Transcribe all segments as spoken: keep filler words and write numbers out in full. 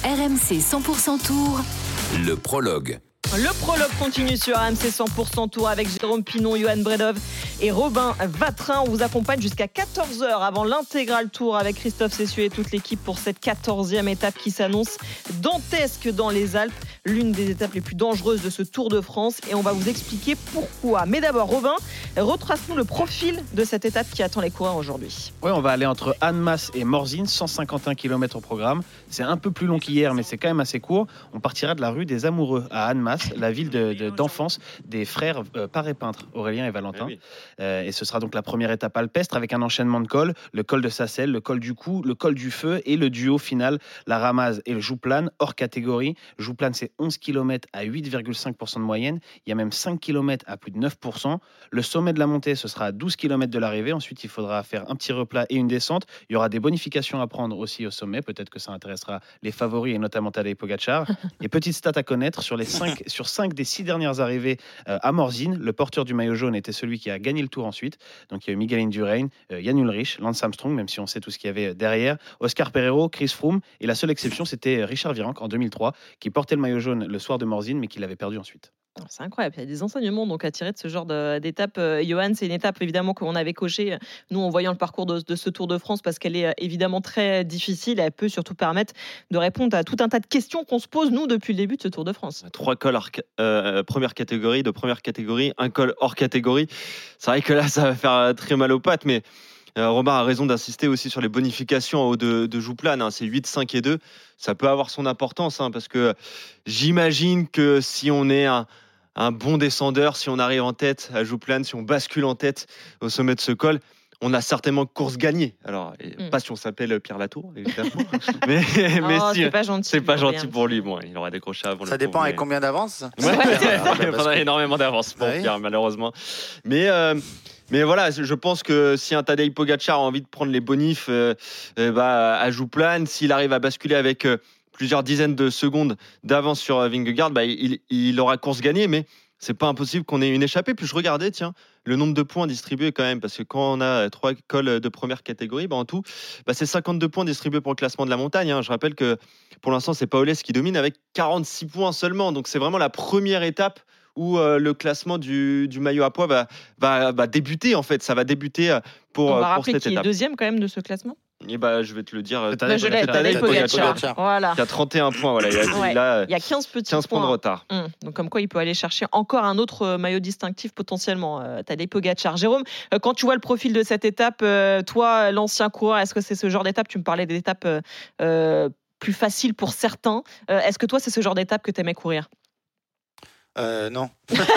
R M C cent pour cent Tour. Le prologue. Le prologue continue sur R M C cent pour cent Tour avec Jérôme Pinon, Johan Bredov et Robin Vatrin. On vous accompagne jusqu'à quatorze heures avant l'intégral tour avec Christophe Cessieux et toute l'équipe pour cette quatorzième étape qui s'annonce dantesque dans les Alpes. L'une des étapes les plus dangereuses de ce Tour de France et on va vous expliquer pourquoi. Mais d'abord, Robin, retrace-nous le profil de cette étape qui attend les coureurs aujourd'hui. Oui, on va aller entre Annemasse et Morzine, cent cinquante et un kilomètres au programme. C'est un peu plus long qu'hier, mais c'est quand même assez court. On partira de la rue des Amoureux à Annemasse, la ville de, de, d'enfance des frères euh, Paré Peintre, Aurélien et Valentin. Oui. Euh, et ce sera donc la première étape alpestre avec un enchaînement de cols, le col de Sacelle, le col du Cou, le col du Feu et le duo final, la Ramaz et le Jouplane, hors catégorie. Jouplane, c'est onze kilomètres à huit virgule cinq pour cent de moyenne. Il y a même cinq kilomètres à plus de neuf pour cent. Le sommet de la montée, ce sera à douze kilomètres de l'arrivée. Ensuite, il faudra faire un petit replat et une descente. Il y aura des bonifications à prendre aussi au sommet. Peut-être que ça intéressera les favoris et notamment Tadej Pogacar. Et petite stat à connaître, sur les cinq, sur cinq des six dernières arrivées euh, à Morzine, le porteur du maillot jaune était celui qui a gagné le tour ensuite. Donc il y a eu Miguel Indurain, euh, Jan Ullrich, Lance Armstrong, même si on sait tout ce qu'il y avait derrière, Oscar Pereiro, Chris Froome. Et la seule exception, c'était Richard Virenque en deux mille trois, qui portait le maillot jaune le soir de Morzine, mais qui l'avait perdu ensuite. C'est incroyable, il y a des enseignements donc à tirer de ce genre de, d'étape. Euh, Johan, c'est une étape évidemment qu'on avait cochée, nous en voyant le parcours de, de ce Tour de France, parce qu'elle est évidemment très difficile. Elle peut surtout permettre de répondre à tout un tas de questions qu'on se pose nous depuis le début de ce Tour de France. Trois cols hors, euh, première catégorie, de première catégorie, un col hors catégorie. C'est vrai que là ça va faire très mal aux pattes, mais Euh, Robin a raison d'insister aussi sur les bonifications en haut de, de Jouplane, hein. C'est huit, cinq et deux. Ça peut avoir son importance, hein, parce que j'imagine que si on est un, un bon descendeur, si on arrive en tête à Jouplane, si on bascule en tête au sommet de ce col, on a certainement course gagnée. Alors, mm. pas si on s'appelle Pierre Latour, évidemment. mais mais oh, si, c'est pas gentil. C'est pas gentil pour lui. Bon, il aurait décroché avant. Ça dépend avec mais... combien d'avance. Ouais, il faudrait énormément d'avance pour ah, Pierre, oui. malheureusement. Mais euh, Mais voilà, je pense que si un Tadej Pogacar a envie de prendre les bonifs euh, euh, bah, à Jouplane, s'il arrive à basculer avec euh, plusieurs dizaines de secondes d'avance sur euh, Vingegaard, bah, il, il aura course gagnée, mais c'est pas impossible qu'on ait une échappée. Puis je regardais, tiens, le nombre de points distribués quand même, parce que quand on a trois cols de première catégorie, bah, en tout, bah, c'est cinquante-deux points distribués pour le classement de la montagne. Hein. Je rappelle que pour l'instant, c'est Paolès qui domine avec quarante-six points seulement. Donc c'est vraiment la première étape où euh, le classement du, du maillot à pois va, va, va débuter, en fait. Ça va débuter pour, on va pour rappeler cette qui étape. est deuxième quand même de ce classement. Et bah, je vais te le dire. Bah, je l'ai, Tadej Pogacar. Voilà. Il y a trente et un points. Voilà. Il, y a, ouais. il, a il y a quinze petits quinze points. points de retard. Hum. Donc, comme quoi, il peut aller chercher encore un autre maillot distinctif potentiellement. Euh, Tadej Pogacar. Jérôme, euh, quand tu vois le profil de cette étape, euh, toi, l'ancien coureur, est-ce que c'est ce genre d'étape? Tu me parlais d'étapes euh, plus faciles pour certains. Euh, est-ce que toi, c'est ce genre d'étape que tu aimais courir? Euh, non.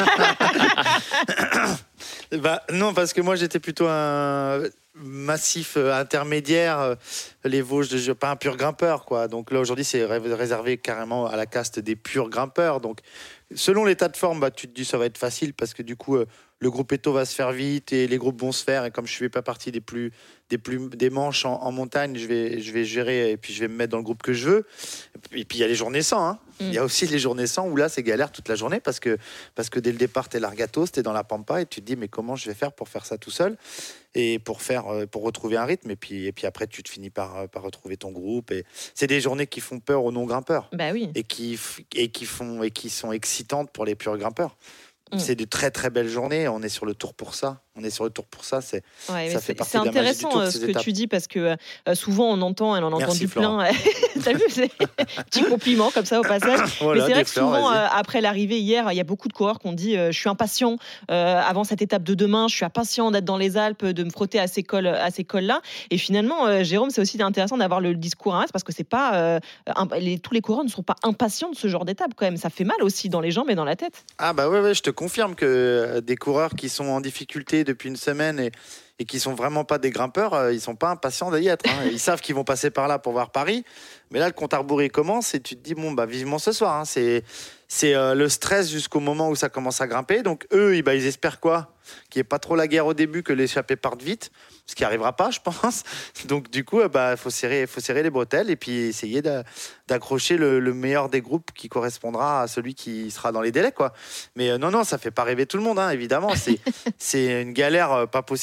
bah, non, parce que moi, j'étais plutôt un massif euh, intermédiaire, euh, les Vosges, de, pas un pur grimpeur, quoi. Donc là, aujourd'hui, c'est ré- réservé carrément à la caste des purs grimpeurs. Donc, selon l'état de forme, bah, tu te dis ça va être facile parce que du coup, euh, le groupe Eto va se faire vite et les groupes vont se faire. Et comme je ne fais pas partie des plus des plus des manches en, en montagne, je vais je vais gérer et puis je vais me mettre dans le groupe que je veux. Et puis il y a les journées sans. Hein. Mm. Il y a aussi les journées sans où là c'est galère toute la journée parce que parce que dès le départ t'es largatos, t'es dans la pampa et tu te dis mais comment je vais faire pour faire ça tout seul et pour faire pour retrouver un rythme et puis et puis après tu te finis par par retrouver ton groupe et c'est des journées qui font peur aux non grimpeurs. Bah oui. Et qui et qui font et qui sont excitantes pour les purs grimpeurs. Mmh. C'est de très très belles journées. On est sur le tour pour ça. On est sur le tour pour ça. C'est, ouais, ça fait partie c'est de la intéressant magie du tour, ce que étapes. Tu dis parce que euh, souvent on entend, et on en entend du plein. T'as vu, c'est petit compliment comme ça au passage. Voilà, mais c'est vrai que fleurs, souvent euh, après l'arrivée hier, il y a beaucoup de coureurs qui ont dit euh, je suis impatient euh, avant cette étape de demain. Je suis impatient d'être dans les Alpes, de me frotter à ces cols, à ces cols là. Et finalement, euh, Jérôme, c'est aussi intéressant d'avoir le discours inverse parce que c'est pas euh, un, les, tous les coureurs ne sont pas impatients de ce genre d'étape quand même. Ça fait mal aussi dans les jambes et dans la tête. Ah bah ouais, ouais je te confirme que des coureurs qui sont en difficulté depuis une semaine et, et qui sont vraiment pas des grimpeurs, euh, ils sont pas impatients d'y être. Hein. Ils savent qu'ils vont passer par là pour voir Paris, mais là le compte à rebours il commence et tu te dis bon bah vivement ce soir. Hein. C'est c'est euh, le stress jusqu'au moment où ça commence à grimper. Donc eux, ils, bah, ils espèrent quoi? Qu'il n'y ait pas trop la guerre au début, que l'échappée parte vite, ce qui n'arrivera pas, je pense. Donc du coup, bah, faut serrer, faut serrer les bretelles et puis essayer d'a, d'accrocher le, le meilleur des groupes qui correspondra à celui qui sera dans les délais, quoi. Mais euh, non, non, ça fait pas rêver tout le monde, hein, évidemment. C'est, c'est une galère euh, pas possible sur le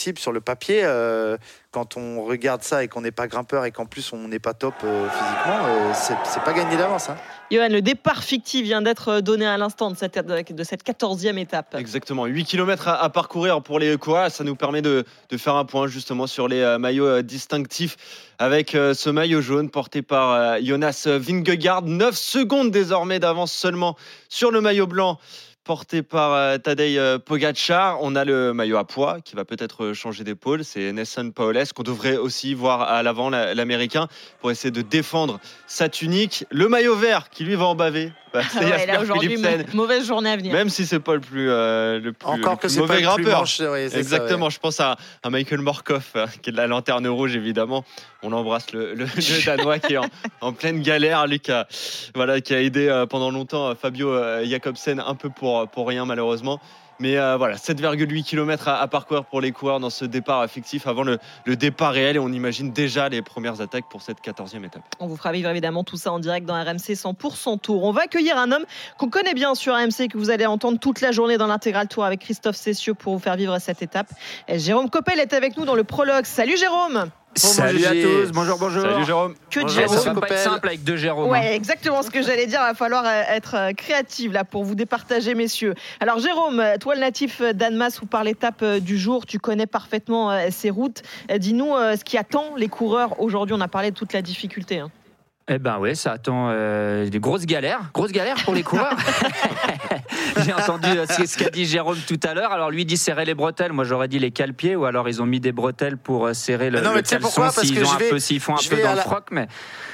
papier, euh, quand on regarde ça et qu'on n'est pas grimpeur et qu'en plus on n'est pas top euh, physiquement, euh, c'est, c'est pas gagné d'avance. Hein. Johan, le départ fictif vient d'être donné à l'instant de cette, de cette quatorzième étape. Exactement, huit kilomètres à, à parcourir pour les coureurs. Ça nous permet de, de faire un point justement sur les euh, maillots euh, distinctifs avec euh, ce maillot jaune porté par euh, Jonas Vingegaard. neuf secondes désormais d'avance seulement sur le maillot blanc porté par euh, Tadej euh, Pogačar. On a le maillot à pois qui va peut-être changer d'épaule. C'est Nason Powell qu'on devrait aussi voir à l'avant, la, l'américain, pour essayer de défendre sa tunique. Le maillot vert qui lui va en baver. Bah, c'est ouais, là, aujourd'hui, mauvaise journée à venir. Même si c'est pas le plus, euh, le plus, Encore le plus que mauvais c'est pas grimpeur. Le plus manche, ouais, Exactement. Ça, ouais. Je pense à, à Michael Morkov, euh, qui est de la lanterne rouge évidemment. On embrasse le, le, le Danois qui est en, en pleine galère, lui qui a, voilà, qui a aidé euh, pendant longtemps euh, Fabio euh, Jakobsen un peu pour pour rien malheureusement. Mais euh, voilà, sept virgule huit kilomètres à, à parcourir pour les coureurs dans ce départ fictif avant le, le départ réel, et on imagine déjà les premières attaques pour cette quatorzième étape. On vous fera vivre évidemment tout ça en direct dans R M C cent pour cent Tour. On va accueillir un homme qu'on connaît bien sur R M C, que vous allez entendre toute la journée dans l'intégral Tour avec Christophe Cessieux pour vous faire vivre cette étape. Et Jérôme Coppel est avec nous dans le prologue. Salut Jérôme. Salut à tous, bonjour, bonjour. Salut Jérôme. Que de Jérôme. Ça va Coppel. pas être simple avec deux Jérôme. Ouais, exactement ce que j'allais dire. Il va falloir être créatif là pour vous départager, messieurs. Alors Jérôme, toi le natif d'Annemasse ou par l'étape du jour, tu connais parfaitement ces routes. Dis-nous ce qui attend les coureurs aujourd'hui. On a parlé de toute la difficulté. Hein. Eh ben ouais, ça attend euh, des grosses galères, grosses galères pour les coureurs. J'ai entendu euh, ce qu'a dit Jérôme tout à l'heure. Alors lui dit serrer les bretelles, moi j'aurais dit les cale-pieds, ou alors ils ont mis des bretelles pour euh, serrer le, non, le caleçon s'ils ont un vais, peu, s'ils font un peu dans la... le froc, mais.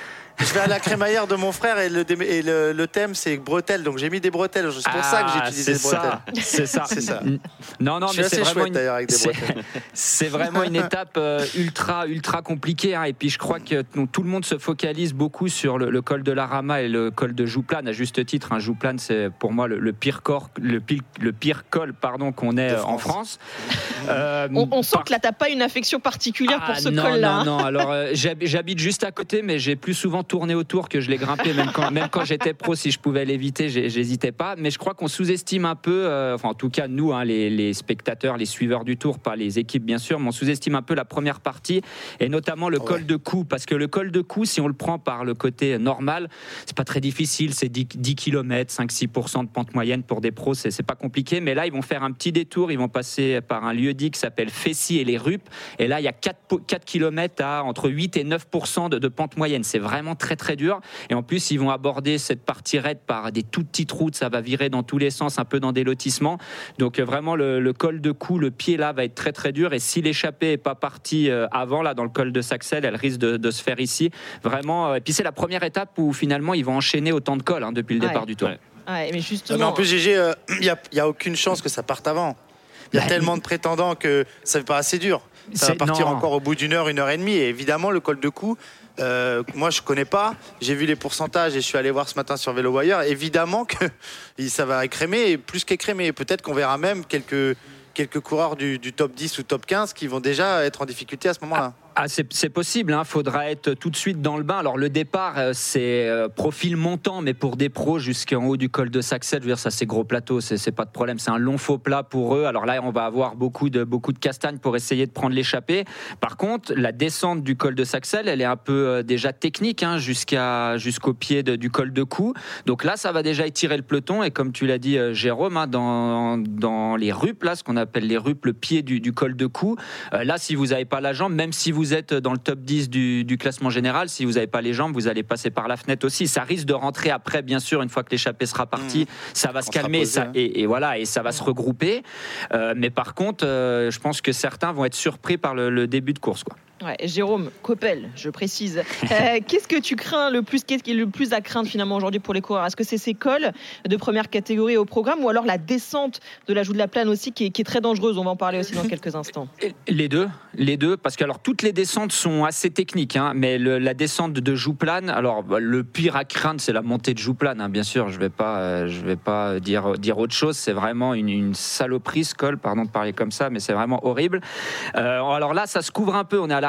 Je vais à la crémaillère de mon frère et le, et le, le thème c'est bretelles, donc j'ai mis des bretelles. C'est pour ah, ça que j'ai utilisé des bretelles. C'est ça, c'est ça. Non, non, je mais suis c'est assez vraiment chouette une... d'ailleurs avec des c'est... bretelles. C'est vraiment une étape euh, ultra, ultra compliquée. Hein. Et puis je crois que donc, tout le monde se focalise beaucoup sur le, le col de la Rama et le col de Jouplane, à juste titre. Hein. Jouplane, c'est pour moi le, le pire corps, le pire, le pire col, pardon, qu'on ait France. en France. Euh, on, on sent par... que là, t'as pas une affection particulière ah, pour ce non, col-là. Non, non. Alors euh, j'habite juste à côté, mais j'ai plus souvent tourné autour que je l'ai grimpé, même quand, même quand j'étais pro, si je pouvais l'éviter, j'hésitais pas. Mais je crois qu'on sous-estime un peu, euh, enfin en tout cas nous, hein, les, les spectateurs, les suiveurs du Tour, pas les équipes bien sûr, mais on sous-estime un peu la première partie, et notamment le ouais. col de Cou, parce que le col de Cou, si on le prend par le côté normal, c'est pas très difficile, c'est dix kilomètres, cinq à six pour cent de pente moyenne pour des pros, c'est, c'est pas compliqué, mais là ils vont faire un petit détour, ils vont passer par un lieu dit qui s'appelle Fessy et les Rupes, et là il y a quatre kilomètres à entre huit et neuf pour cent de, de pente moyenne, c'est vraiment très très dur, et en plus ils vont aborder cette partie raide par des toutes petites routes, ça va virer dans tous les sens, un peu dans des lotissements, donc vraiment le, le col de Cou, le pied là va être très très dur, et si l'échappée est pas partie avant là dans le col de Saxel, elle risque de, de se faire ici vraiment, et puis c'est la première étape où finalement ils vont enchaîner autant de cols hein, depuis le ouais. départ du Tour. Ouais. Ouais, mais justement, mais en plus Gégé, il euh, n'y a, y a aucune chance que ça parte avant. Il y a bah, tellement de prétendants que ça ne fait pas assez dur. Ça va partir non. encore au bout d'une heure, une heure et demie. Et évidemment, le col de Cou, euh, moi je ne connais pas. J'ai vu les pourcentages et je suis allé voir ce matin sur VéloWire. Évidemment que ça va écrémer, plus qu'écrémer. Peut-être qu'on verra même quelques, quelques coureurs du, du top dix ou top quinze qui vont déjà être en difficulté à ce moment-là. Ah, c'est, c'est possible, hein. Faudra être tout de suite dans le bain. Alors le départ, c'est euh, profil montant, mais pour des pros jusqu'en haut du col de Saxel, je veux dire, ça c'est gros plateau, c'est, c'est pas de problème. C'est un long faux plat pour eux. Alors là, on va avoir beaucoup de beaucoup de castagnes pour essayer de prendre l'échappée. Par contre, la descente du col de Saxel, elle est un peu euh, déjà technique, hein, jusqu'à jusqu'au pied de, du col de Cou. Donc là, ça va déjà étirer le peloton. Et comme tu l'as dit, euh, Jérôme, hein, dans dans les rupes, là, ce qu'on appelle les rupes, le pied du, du col de Cou. Euh, là, si vous n'avez pas la jambe, même si vous Vous êtes dans le top dix du, du classement général, si vous n'avez pas les jambes, vous allez passer par la fenêtre aussi. Ça risque de rentrer après, bien sûr, une fois que l'échappée sera partie, mmh. ça va On se calmer posé, ça, hein. et, et voilà, et ça va se regrouper. Euh, mais par contre, euh, je pense que certains vont être surpris par le, le début de course, quoi. Ouais, Jérôme Coppel, je précise. Euh, qu'est-ce que tu crains le plus, qu'est-ce qui est le plus à craindre finalement aujourd'hui pour les coureurs ? Est-ce que c'est ces cols de première catégorie au programme, ou alors la descente de la Joux de la Plaine aussi qui est, qui est très dangereuse ? On va en parler aussi dans quelques instants. Les deux, les deux, parce que alors toutes les descentes sont assez techniques, hein, mais le, la descente de Jouplane, alors le pire à craindre, c'est la montée de Jouplane, hein, bien sûr. Je vais pas, euh, je vais pas dire dire autre chose. C'est vraiment une, une saloperie ce col, pardon de parler comme ça, mais c'est vraiment horrible. Euh, alors là, ça se couvre un peu. On est à la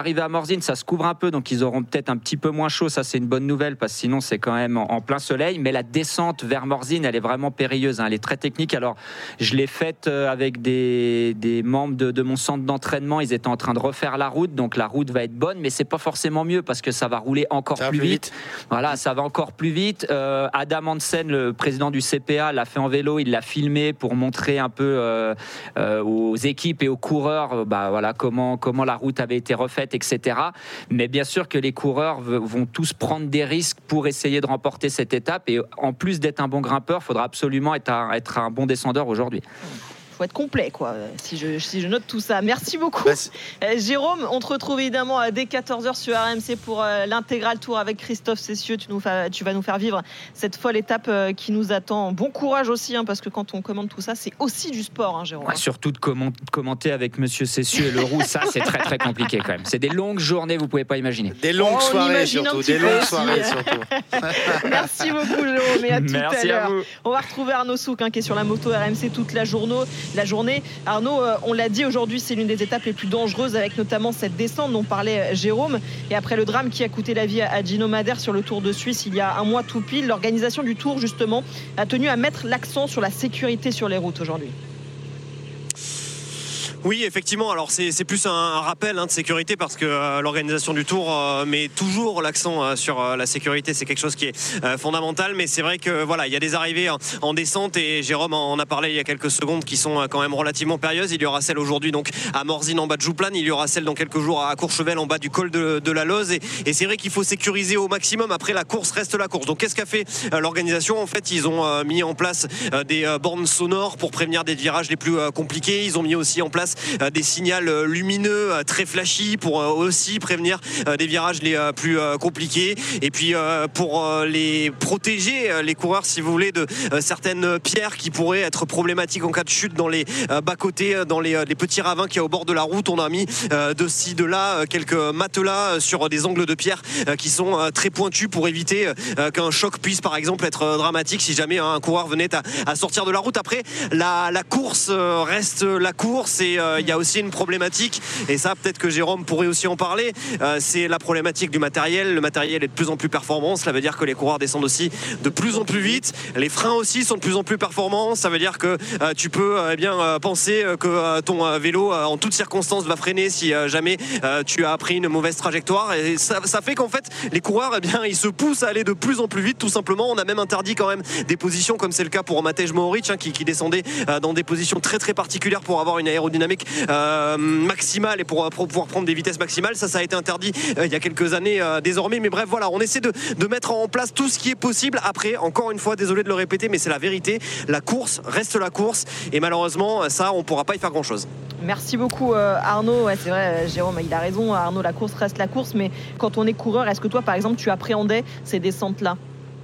l'arrivée à Morzine, ça se couvre un peu, donc ils auront peut-être un petit peu moins chaud. Ça, c'est une bonne nouvelle parce que sinon, c'est quand même en, en plein soleil. Mais la descente vers Morzine, elle est vraiment périlleuse. Hein. Elle est très technique. Alors, je l'ai faite avec des, des membres de, de mon centre d'entraînement. Ils étaient en train de refaire la route, donc la route va être bonne, mais c'est pas forcément mieux parce que ça va rouler encore plus, plus vite. vite. Voilà, ça va encore plus vite. Euh, Adam Hansen, le président du C P A, l'a fait en vélo. Il l'a filmé pour montrer un peu euh, euh, aux équipes et aux coureurs, euh, bah voilà comment comment la route avait été refaite, et cetera. Mais bien sûr que les coureurs v- vont tous prendre des risques pour essayer de remporter cette étape. Et en plus d'être un bon grimpeur, il faudra absolument être un, être un bon descendeur aujourd'hui. Faut être complet, quoi, si je, si je note tout ça. Merci beaucoup. Euh, Jérôme, on te retrouve évidemment dès quatorze heures sur R M C pour euh, l'intégral tour avec Christophe Cessieux. Tu, nous fa... tu vas nous faire vivre cette folle étape euh, qui nous attend. Bon courage aussi, hein, parce que quand on commande tout ça, c'est aussi du sport, hein, Jérôme. Ouais, surtout de comment... commenter avec Monsieur Cessieux et Leroux, ça c'est très très compliqué quand même. C'est des longues journées, vous pouvez pas imaginer. Des longues oh, soirées surtout. Des longues soirées surtout. Merci beaucoup, Jérôme, et à tout Merci à l'heure. À vous. On va retrouver Arnaud Souk, hein, qui est sur la moto R M C toute la journée. La journée. Arnaud, euh, on l'a dit aujourd'hui, c'est l'une des étapes les plus dangereuses avec notamment cette descente dont parlait Jérôme. Et après le drame qui a coûté la vie à Gino Madère sur le Tour de Suisse il y a un mois tout pile, l'organisation du Tour justement a tenu à mettre l'accent sur la sécurité sur les routes aujourd'hui. Oui, effectivement. Alors c'est, c'est plus un, un rappel hein, de sécurité parce que euh, l'organisation du Tour euh, met toujours l'accent euh, sur euh, la sécurité. C'est quelque chose qui est euh, fondamental. Mais c'est vrai que voilà, il y a des arrivées en, en descente et Jérôme en a parlé il y a quelques secondes qui sont euh, quand même relativement périlleuses. Il y aura celle aujourd'hui donc à Morzine en bas de Jouplane. Il y aura celle dans quelques jours à Courchevel en bas du col de, de la Loze. Et, et c'est vrai qu'il faut sécuriser au maximum. Après la course reste la course. Donc qu'est-ce qu'a fait euh, l'organisation ? En fait, ils ont euh, mis en place euh, des euh, bornes sonores pour prévenir des virages les plus euh, compliqués. Ils ont mis aussi en place des signaux lumineux très flashy pour aussi prévenir des virages les plus compliqués et puis pour les protéger les coureurs si vous voulez de certaines pierres qui pourraient être problématiques en cas de chute dans les bas-côtés, dans les, les petits ravins qu'il y a au bord de la route. On a mis de ci de là quelques matelas sur des angles de pierre qui sont très pointus pour éviter qu'un choc puisse par exemple être dramatique si jamais un coureur venait à, à sortir de la route. Après la, la course reste la course et il y a aussi une problématique et ça peut-être que Jérôme pourrait aussi en parler, euh, c'est la problématique du matériel. Le matériel est de plus en plus performant, cela veut dire que les coureurs descendent aussi de plus en plus vite, les freins aussi sont de plus en plus performants, ça veut dire que euh, tu peux euh, eh bien euh, penser que euh, ton euh, vélo euh, en toutes circonstances va freiner si euh, jamais euh, tu as pris une mauvaise trajectoire et ça, ça fait qu'en fait les coureurs eh bien, ils se poussent à aller de plus en plus vite tout simplement. On a même interdit quand même des positions comme c'est le cas pour Matej Mohoric hein, qui, qui descendait euh, dans des positions très très particulières pour avoir une aérodynamique Euh, maximale et pour, pour pouvoir prendre des vitesses maximales. Ça, ça a été interdit euh, il y a quelques années euh, désormais. Mais bref, voilà, on essaie de, de mettre en place tout ce qui est possible. Après, encore une fois, désolé de le répéter, mais c'est la vérité. La course reste la course et malheureusement, ça, on ne pourra pas y faire grand-chose. Merci beaucoup euh, Arnaud. Ouais, c'est vrai, Jérôme, il a raison. Arnaud, la course reste la course. Mais quand on est coureur, est-ce que toi, par exemple, tu appréhendais ces descentes-là ?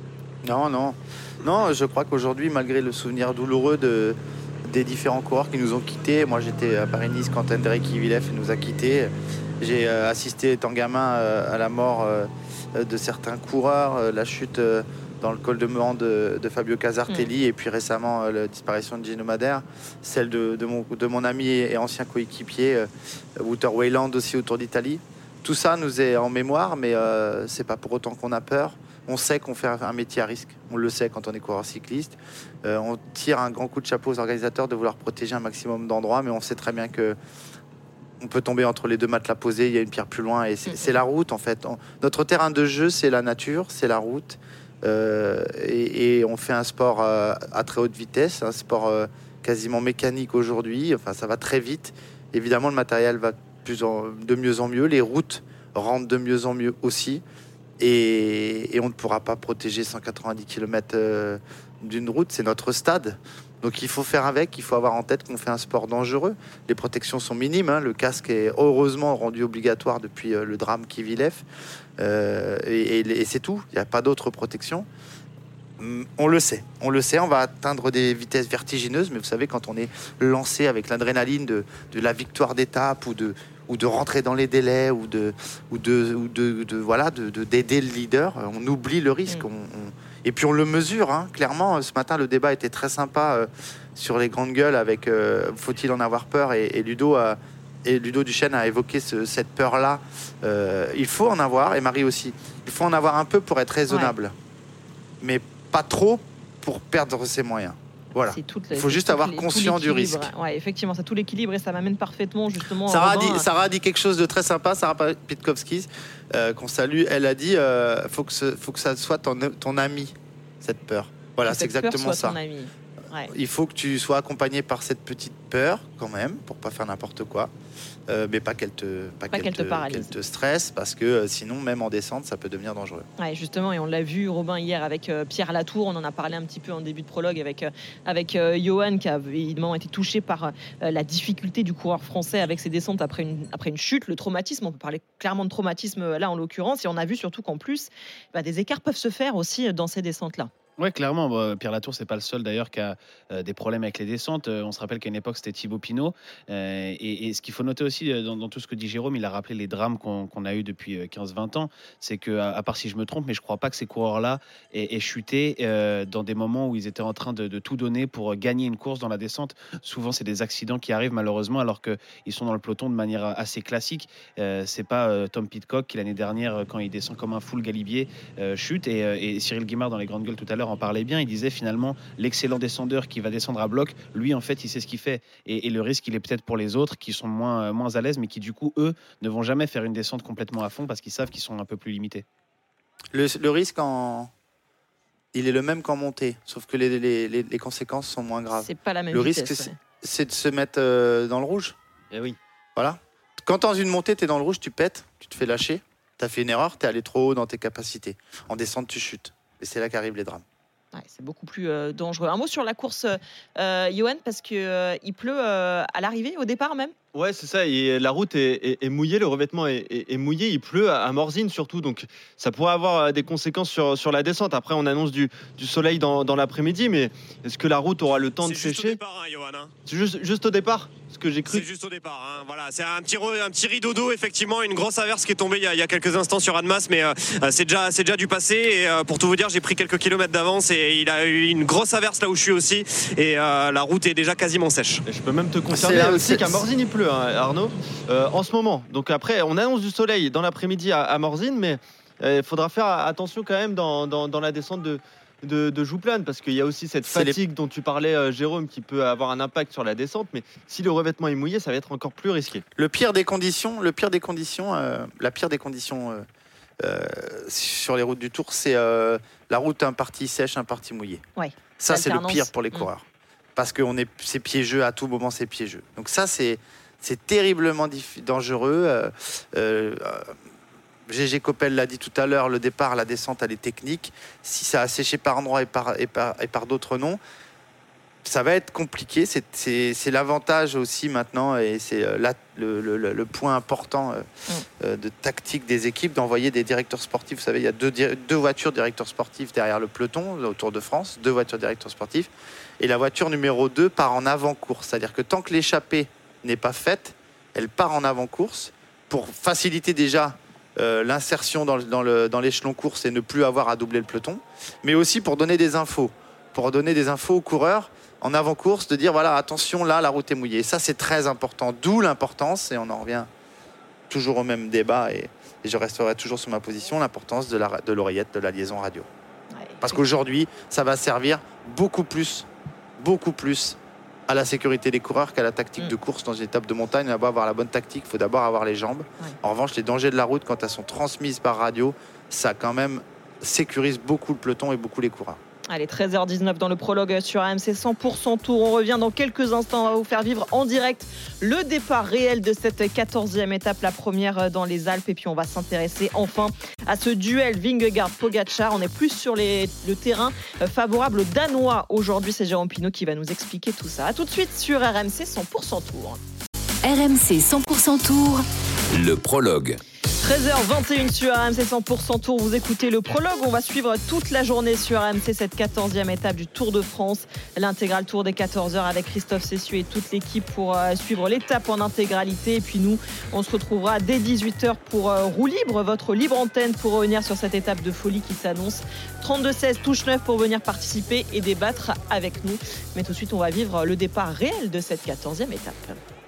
Non, non. Non, je crois qu'aujourd'hui, malgré le souvenir douloureux de des différents coureurs qui nous ont quittés. Moi, j'étais à Paris-Nice quand Hendrik Ivilev nous a quittés. J'ai assisté étant gamin à la mort de certains coureurs, la chute dans le col de Meran de, de Fabio Casartelli mmh. et puis récemment la disparition de Gino Madère, celle de, de, mon, de mon ami et ancien coéquipier Wouter Weiland aussi au Tour d'Italie. Tout ça nous est en mémoire, mais euh, c'est pas pour autant qu'on a peur. On sait qu'on fait un métier à risque. On le sait quand on est coureur cycliste. Euh, on tire un grand coup de chapeau aux organisateurs de vouloir protéger un maximum d'endroits, mais on sait très bien que on peut tomber entre les deux matelas posés. Il y a une pierre plus loin et c'est, c'est la route en fait. On, notre terrain de jeu, c'est la nature, c'est la route. Euh, et, et on fait un sport euh, à très haute vitesse, un sport euh, quasiment mécanique aujourd'hui. Enfin, ça va très vite. Évidemment, le matériel va plus en, de mieux en mieux. Les routes rentrent de mieux en mieux aussi. Et, et on ne pourra pas protéger cent quatre-vingt-dix kilomètres euh, d'une route, c'est notre stade. Donc il faut faire avec, il faut avoir en tête qu'on fait un sport dangereux. Les protections sont minimes, hein. Le casque est heureusement rendu obligatoire depuis euh, le drame Kivilev. Euh, et, et, et c'est tout, il n'y a pas d'autre protection. On le sait, on le sait, on va atteindre des vitesses vertigineuses, mais vous savez, quand on est lancé avec l'adrénaline de, de la victoire d'étape ou de, ou de rentrer dans les délais ou de, ou de, ou de, de voilà, de, de, d'aider le leader, on oublie le risque. On, on... Et puis on le mesure, hein, clairement. Ce matin, le débat était très sympa euh, sur les grandes gueules avec euh, faut-il en avoir peur et, et Ludo a, et Ludo Duchesne a évoqué ce, cette peur-là. Euh, il faut en avoir, et Marie aussi. Il faut en avoir un peu pour être raisonnable, ouais. mais pas trop pour perdre ses moyens. Voilà. Il faut juste avoir les, conscience du risque. Ouais, effectivement, c'est tout l'équilibre et ça m'amène parfaitement justement. Sarah, Robin, dit, Sarah a dit quelque chose de très sympa, Sarah Pitkowski, euh, qu'on salue. Elle a dit euh, faut que ce, faut que ça soit ton, ton ami, cette peur. Voilà, c'est exactement peur ça. soit ton ami. Ouais. Il faut que tu sois accompagné par cette petite peur quand même, pour pas faire n'importe quoi, euh, mais pas qu'elle te, pas, pas qu'elle, qu'elle te, te qu'elle te stresse, parce que euh, sinon même en descente ça peut devenir dangereux. Ouais, justement, et on l'a vu Robin hier avec euh, Pierre Latour, on en a parlé un petit peu en début de prologue avec euh, avec euh, Johan qui a évidemment été touché par euh, la difficulté du coureur français avec ses descentes après une après une chute, le traumatisme. On peut parler clairement de traumatisme là en l'occurrence, et on a vu surtout qu'en plus bah, des écarts peuvent se faire aussi dans ces descentes là. Ouais, clairement. Bon, Pierre Latour, c'est pas le seul d'ailleurs qui a euh, des problèmes avec les descentes. Euh, on se rappelle qu'à une époque, c'était Thibaut Pinot. Euh, et, et ce qu'il faut noter aussi euh, dans, dans tout ce que dit Jérôme, il a rappelé les drames qu'on, qu'on a eu depuis quinze vingt ans. C'est que, à, à part si je me trompe, mais je crois pas que ces coureurs-là aient, aient chuté euh, dans des moments où ils étaient en train de, de tout donner pour gagner une course dans la descente. Souvent, c'est des accidents qui arrivent malheureusement, alors qu'ils sont dans le peloton de manière assez classique. Euh, c'est pas euh, Tom Pidcock qui l'année dernière, quand il descend comme un fou le galibier, euh, chute. Et, euh, et Cyril Guimard dans les grandes gueules tout à l'heure en parlait bien. Il disait finalement l'excellent descendeur qui va descendre à bloc, lui en fait il sait ce qu'il fait, et, et le risque il est peut-être pour les autres qui sont moins, moins à l'aise, mais qui du coup eux ne vont jamais faire une descente complètement à fond parce qu'ils savent qu'ils sont un peu plus limités. Le, le risque en... il est le même qu'en montée, sauf que les, les, les, les conséquences sont moins graves. C'est pas la même le vitesse, risque ouais. c'est, c'est de se mettre euh, dans le rouge. Eh oui. Voilà. Quand dans une montée t'es dans le rouge, tu pètes, tu te fais lâcher, t'as fait une erreur, t'es allé trop haut dans tes capacités. En descente tu chutes, et c'est là qu'arrivent les drames. Ouais, c'est beaucoup plus euh, dangereux. Un mot sur la course, euh, Johan, parce qu'il euh, pleut euh, à l'arrivée, au départ même. Ouais, c'est ça. Et la route est, est, est mouillée, le revêtement est, est, est mouillé. Il pleut à Morzine surtout, donc ça pourrait avoir des conséquences sur, sur la descente. Après, on annonce du, du soleil dans, dans l'après-midi, mais est-ce que la route aura le temps c'est de sécher ? C'est juste au départ, hein, Johan. Hein. C'est juste, juste au départ, ce que j'ai cru. C'est juste au départ. Hein. Voilà, c'est un petit, re, un petit rideau d'eau, effectivement, une grosse averse qui est tombée il y a, il y a quelques instants sur Annemasse, mais euh, c'est déjà, c'est déjà du passé. Et euh, pour tout vous dire, j'ai pris quelques kilomètres d'avance et il a eu une grosse averse là où je suis aussi, et euh, la route est déjà quasiment sèche. Et je peux même te confirmer c'est, aussi c'est, qu'à Morzine il pleut, hein, Arnaud. Euh, en ce moment. Donc après, on annonce du soleil dans l'après-midi à, à Morzine, mais il euh, faudra faire attention quand même dans, dans, dans la descente de, de, de Jouplane, parce qu'il y a aussi cette c'est fatigue les... dont tu parlais, euh, Jérôme, qui peut avoir un impact sur la descente. Mais si le revêtement est mouillé, ça va être encore plus risqué. Le pire des conditions, le pire des conditions, euh, la pire des conditions euh, euh, sur les routes du Tour, c'est euh, la route un parti sèche, un parti mouillé. Ouais. Ça, c'est le pire pour les coureurs, mmh. parce que on est, c'est piégeux à tout moment, c'est piégeux. Donc ça, c'est C'est terriblement diff- dangereux. Euh, euh, G G Coppel l'a dit tout à l'heure, le départ, la descente, elle est technique. Si ça a séché par endroits et par, et par, et par d'autres non, ça va être compliqué. C'est, c'est, c'est l'avantage aussi maintenant, et c'est là le, le, le point important euh, euh, de tactique des équipes, d'envoyer des directeurs sportifs. Vous savez, il y a deux, deux voitures directeurs sportifs derrière le peloton au Tour de France, deux voitures directeurs sportifs. Et la voiture numéro deux part en avant-course. C'est-à-dire que tant que l'échappée n'est pas faite, elle part en avant-course pour faciliter déjà euh, l'insertion dans, le, dans, le, dans l'échelon course et ne plus avoir à doubler le peloton, mais aussi pour donner des infos, pour donner des infos aux coureurs en avant-course, de dire voilà, attention, là, la route est mouillée. Et ça, c'est très important, d'où l'importance, et on en revient toujours au même débat, et, et je resterai toujours sur ma position, l'importance de, la, de l'oreillette, de la liaison radio. Parce qu'aujourd'hui, ça va servir beaucoup plus, beaucoup plus à la sécurité des coureurs qu'à la tactique mmh. de course dans une étape de montagne. On va pas avoir la bonne tactique, il faut d'abord avoir les jambes. Ouais. En revanche, les dangers de la route, quand elles sont transmises par radio, ça quand même sécurise beaucoup le peloton et beaucoup les coureurs. Allez, treize heures dix-neuf dans le prologue sur R M C cent pour cent Tour. On revient dans quelques instants. On va vous faire vivre en direct le départ réel de cette quatorzième étape, la première dans les Alpes. Et puis on va s'intéresser enfin à ce duel Vingegaard-Pogačar. On est plus sur les, le terrain favorable aux Danois aujourd'hui. C'est Jérôme Pinot qui va nous expliquer tout ça. A tout de suite sur R M C cent pour cent Tour. R M C cent pour cent Tour. Le prologue. treize heures vingt et une sur R M C cent pour cent Tour, vous écoutez le prologue. On va suivre toute la journée sur R M C cette quatorzième étape du Tour de France, l'intégral Tour des quatorze heures avec Christophe Cessieux et toute l'équipe pour euh, suivre l'étape en intégralité. Et puis nous, on se retrouvera dès dix-huit heures pour euh, Roue Libre, votre libre antenne pour revenir sur cette étape de folie qui s'annonce. trente-deux seize touche neuf pour venir participer et débattre avec nous. Mais tout de suite, on va vivre le départ réel de cette quatorzième étape.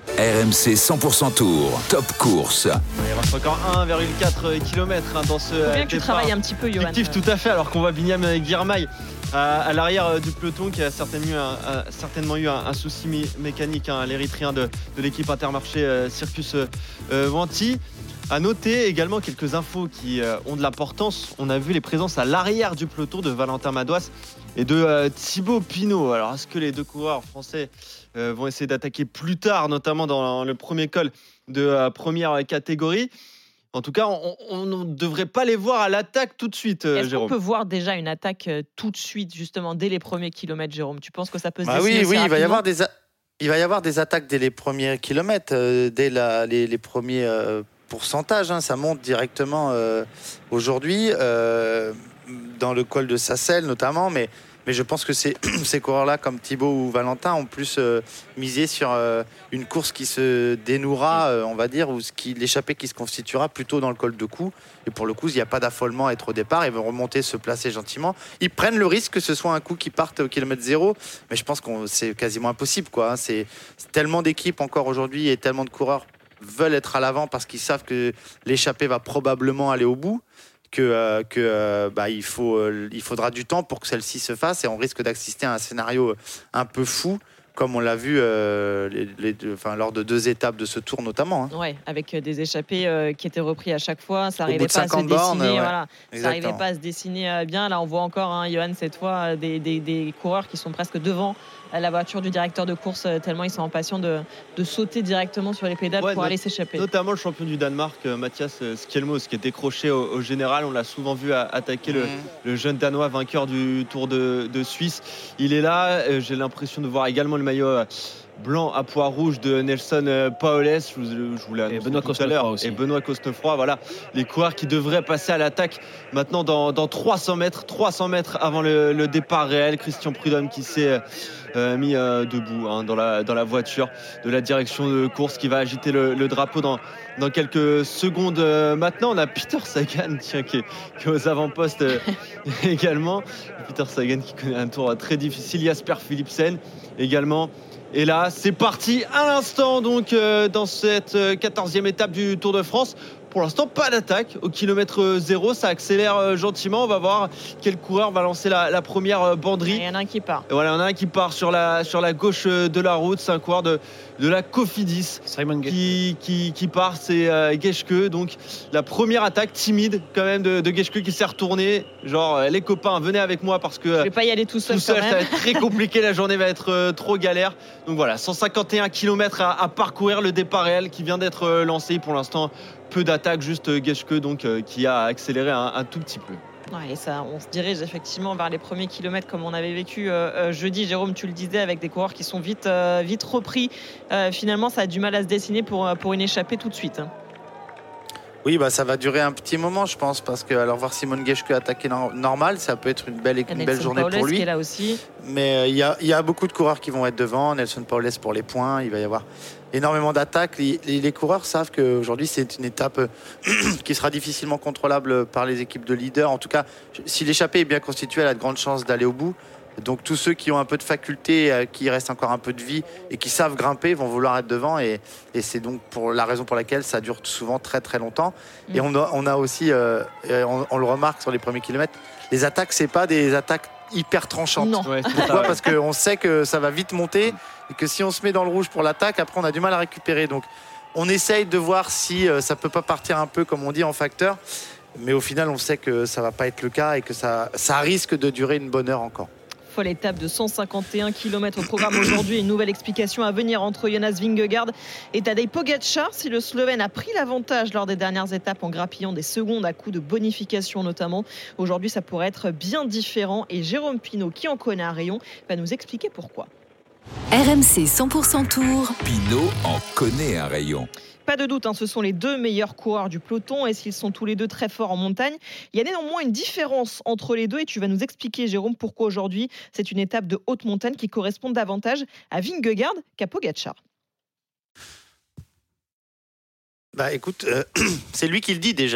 R M C cent pour cent Tour, top course. Il reste encore un virgule quatre kilomètres hein, dans ce Faut bien départ. que tu travailles un petit peu, Johan. Fictif, tout à fait, alors qu'on voit Binyam Girmay à, à l'arrière du peloton qui a certainement eu un, a certainement eu un, un souci mé- mécanique, hein, l'Érythréen de, de l'équipe Intermarché euh, Circus euh, Wanty. À noter également quelques infos qui euh, ont de l'importance. On a vu les présences à l'arrière du peloton de Valentin Madouas et de euh, Thibaut Pinot. Alors, est-ce que les deux coureurs français euh, vont essayer d'attaquer plus tard, notamment dans le premier col de euh, première catégorie? En tout cas, on ne devrait pas les voir à l'attaque tout de suite, euh, Est-ce Jérôme. qu'on peut voir déjà une attaque euh, tout de suite, justement, dès les premiers kilomètres, Jérôme? Tu penses que ça peut se bah dessiner oui, oui, assez il va y rapidement avoir des, a- il va y avoir des attaques dès les premiers kilomètres, euh, dès la, les, les premiers euh, pourcentages. Hein, ça monte directement euh, aujourd'hui, euh, dans le col de Sassel notamment, mais Mais je pense que ces, ces coureurs-là, comme Thibaut ou Valentin, ont plus euh, misé sur euh, une course qui se dénouera, euh, on va dire, ou ce qui, l'échappée qui se constituera plutôt dans le col de Cou. Et pour le coup, il n'y a pas d'affolement à être au départ. Ils vont remonter, se placer gentiment. Ils prennent le risque que ce soit un coup qui parte au kilomètre zéro. Mais je pense que c'est quasiment impossible, quoi. Hein. C'est, c'est tellement d'équipes encore aujourd'hui et tellement de coureurs veulent être à l'avant parce qu'ils savent que l'échappée va probablement aller au bout. que, euh, que euh, bah, il, faut, euh, il faudra du temps pour que celle-ci se fasse et on risque d'assister à un scénario un peu fou comme on l'a vu euh, les, les deux, enfin, lors de deux étapes de ce tour notamment. Hein. Ouais, avec des échappés euh, qui étaient repris à chaque fois, ça n'arrivait pas à se bornes, dessiner. ouais. Voilà. Ça n'arrivait pas à se dessiner euh, bien. Là, on voit encore, hein, Johan, cette fois, des, des, des coureurs qui sont presque devant la voiture du directeur de course, tellement ils sont impatients de, de sauter directement sur les pédales ouais, pour not- aller s'échapper. Notamment le champion du Danemark, Mathias Skjelmos, qui est décroché au, au général. On l'a souvent vu à, attaquer mmh. le, le jeune Danois vainqueur du Tour de, de Suisse. Il est là. J'ai l'impression de voir également le maillot blanc à pois rouge de Nelson Paoles, je vous, je vous l'ai annoncé Benoît tout à l'heure, aussi. et Benoît Cosnefroy, voilà, les coureurs qui devraient passer à l'attaque maintenant dans, dans trois cents mètres, trois cents mètres avant le, le départ réel. Christian Prudhomme qui s'est euh, mis euh, debout hein, dans, la, dans la voiture de la direction de course qui va agiter le, le drapeau dans, dans quelques secondes. Euh, maintenant, on a Peter Sagan tiens, qui, est, qui est aux avant-postes euh, également. Peter Sagan qui connaît un tour très difficile. Jasper Philipsen également. Et là, c'est parti à l'instant donc euh, dans cette euh, quatorzième étape du Tour de France. Pour l'instant, pas d'attaque au kilomètre zéro. Ça accélère euh, gentiment. On va voir quel coureur va lancer la, la première euh, banderie. Il y en a un qui part. Et voilà, il y en a un qui part sur la, sur la gauche de la route. C'est un coureur de, de la Cofidis Simon qui, qui, qui part. C'est euh, Geschke. Donc la première attaque timide quand même de, de Geschke qui s'est retourné. Genre, euh, les copains, venez avec moi parce que je vais pas y aller tout seul. Tout seul, quand même. ça va être très compliqué. La journée va être euh, trop galère. Donc voilà, cent cinquante et un kilomètres à, à parcourir. Le départ réel qui vient d'être euh, lancé pour l'instant. Peu d'attaques, juste Geschke donc euh, qui a accéléré un, un tout petit peu. Ouais, et ça, on se dirige effectivement vers les premiers kilomètres comme on avait vécu euh, euh, jeudi. Jérôme, tu le disais, avec des coureurs qui sont vite, euh, vite repris. Euh, finalement, ça a du mal à se dessiner pour, pour une échappée tout de suite. Hein. Oui, bah, ça va durer un petit moment, je pense, parce que alors voir Simon Geschke attaquer no- normal, ça peut être une belle, une belle journée Paoles pour lui. Qui est là aussi. Mais il euh, y, y a beaucoup de coureurs qui vont être devant. Nelson Paoles pour les points. Il va y avoir énormément d'attaques. Les, les, les coureurs savent qu'aujourd'hui, c'est une étape qui sera difficilement contrôlable par les équipes de leaders. En tout cas, si l'échappée est bien constituée, elle a de grandes chances d'aller au bout. Donc tous ceux qui ont un peu de faculté, qui restent encore un peu de vie et qui savent grimper vont vouloir être devant. Et, et c'est donc pour la raison pour laquelle ça dure souvent très très longtemps. Mmh. Et on a, on a aussi, euh, on, on le remarque sur les premiers kilomètres, les attaques, c'est pas des attaques hyper tranchantes. Non. Ouais, pourquoi ? Parce qu'on sait que ça va vite monter et que si on se met dans le rouge pour l'attaque, après on a du mal à récupérer. Donc on essaye de voir si euh, ça peut pas partir un peu comme on dit en facteur. Mais au final, on sait que ça va pas être le cas et que ça, ça risque de durer une bonne heure encore. Folle étape de cent cinquante et un kilomètres au programme aujourd'hui. Une nouvelle explication à venir entre Jonas Vingegaard et Tadej Pogačar. Si le Slovène a pris l'avantage lors des dernières étapes en grappillant des secondes à coups de bonification notamment, aujourd'hui ça pourrait être bien différent. Et Jérôme Pinot, qui en connaît un rayon, va nous expliquer pourquoi. R M C cent pour cent Tour. Pinot en connaît un rayon. Pas de doute, hein, ce sont les deux meilleurs coureurs du peloton et s'ils sont tous les deux très forts en montagne, il y a néanmoins une différence entre les deux et tu vas nous expliquer, Jérôme, pourquoi aujourd'hui c'est une étape de haute montagne qui correspond davantage à Vingegaard qu'à Pogačar. Bah écoute, euh, c'est lui qui le dit déjà.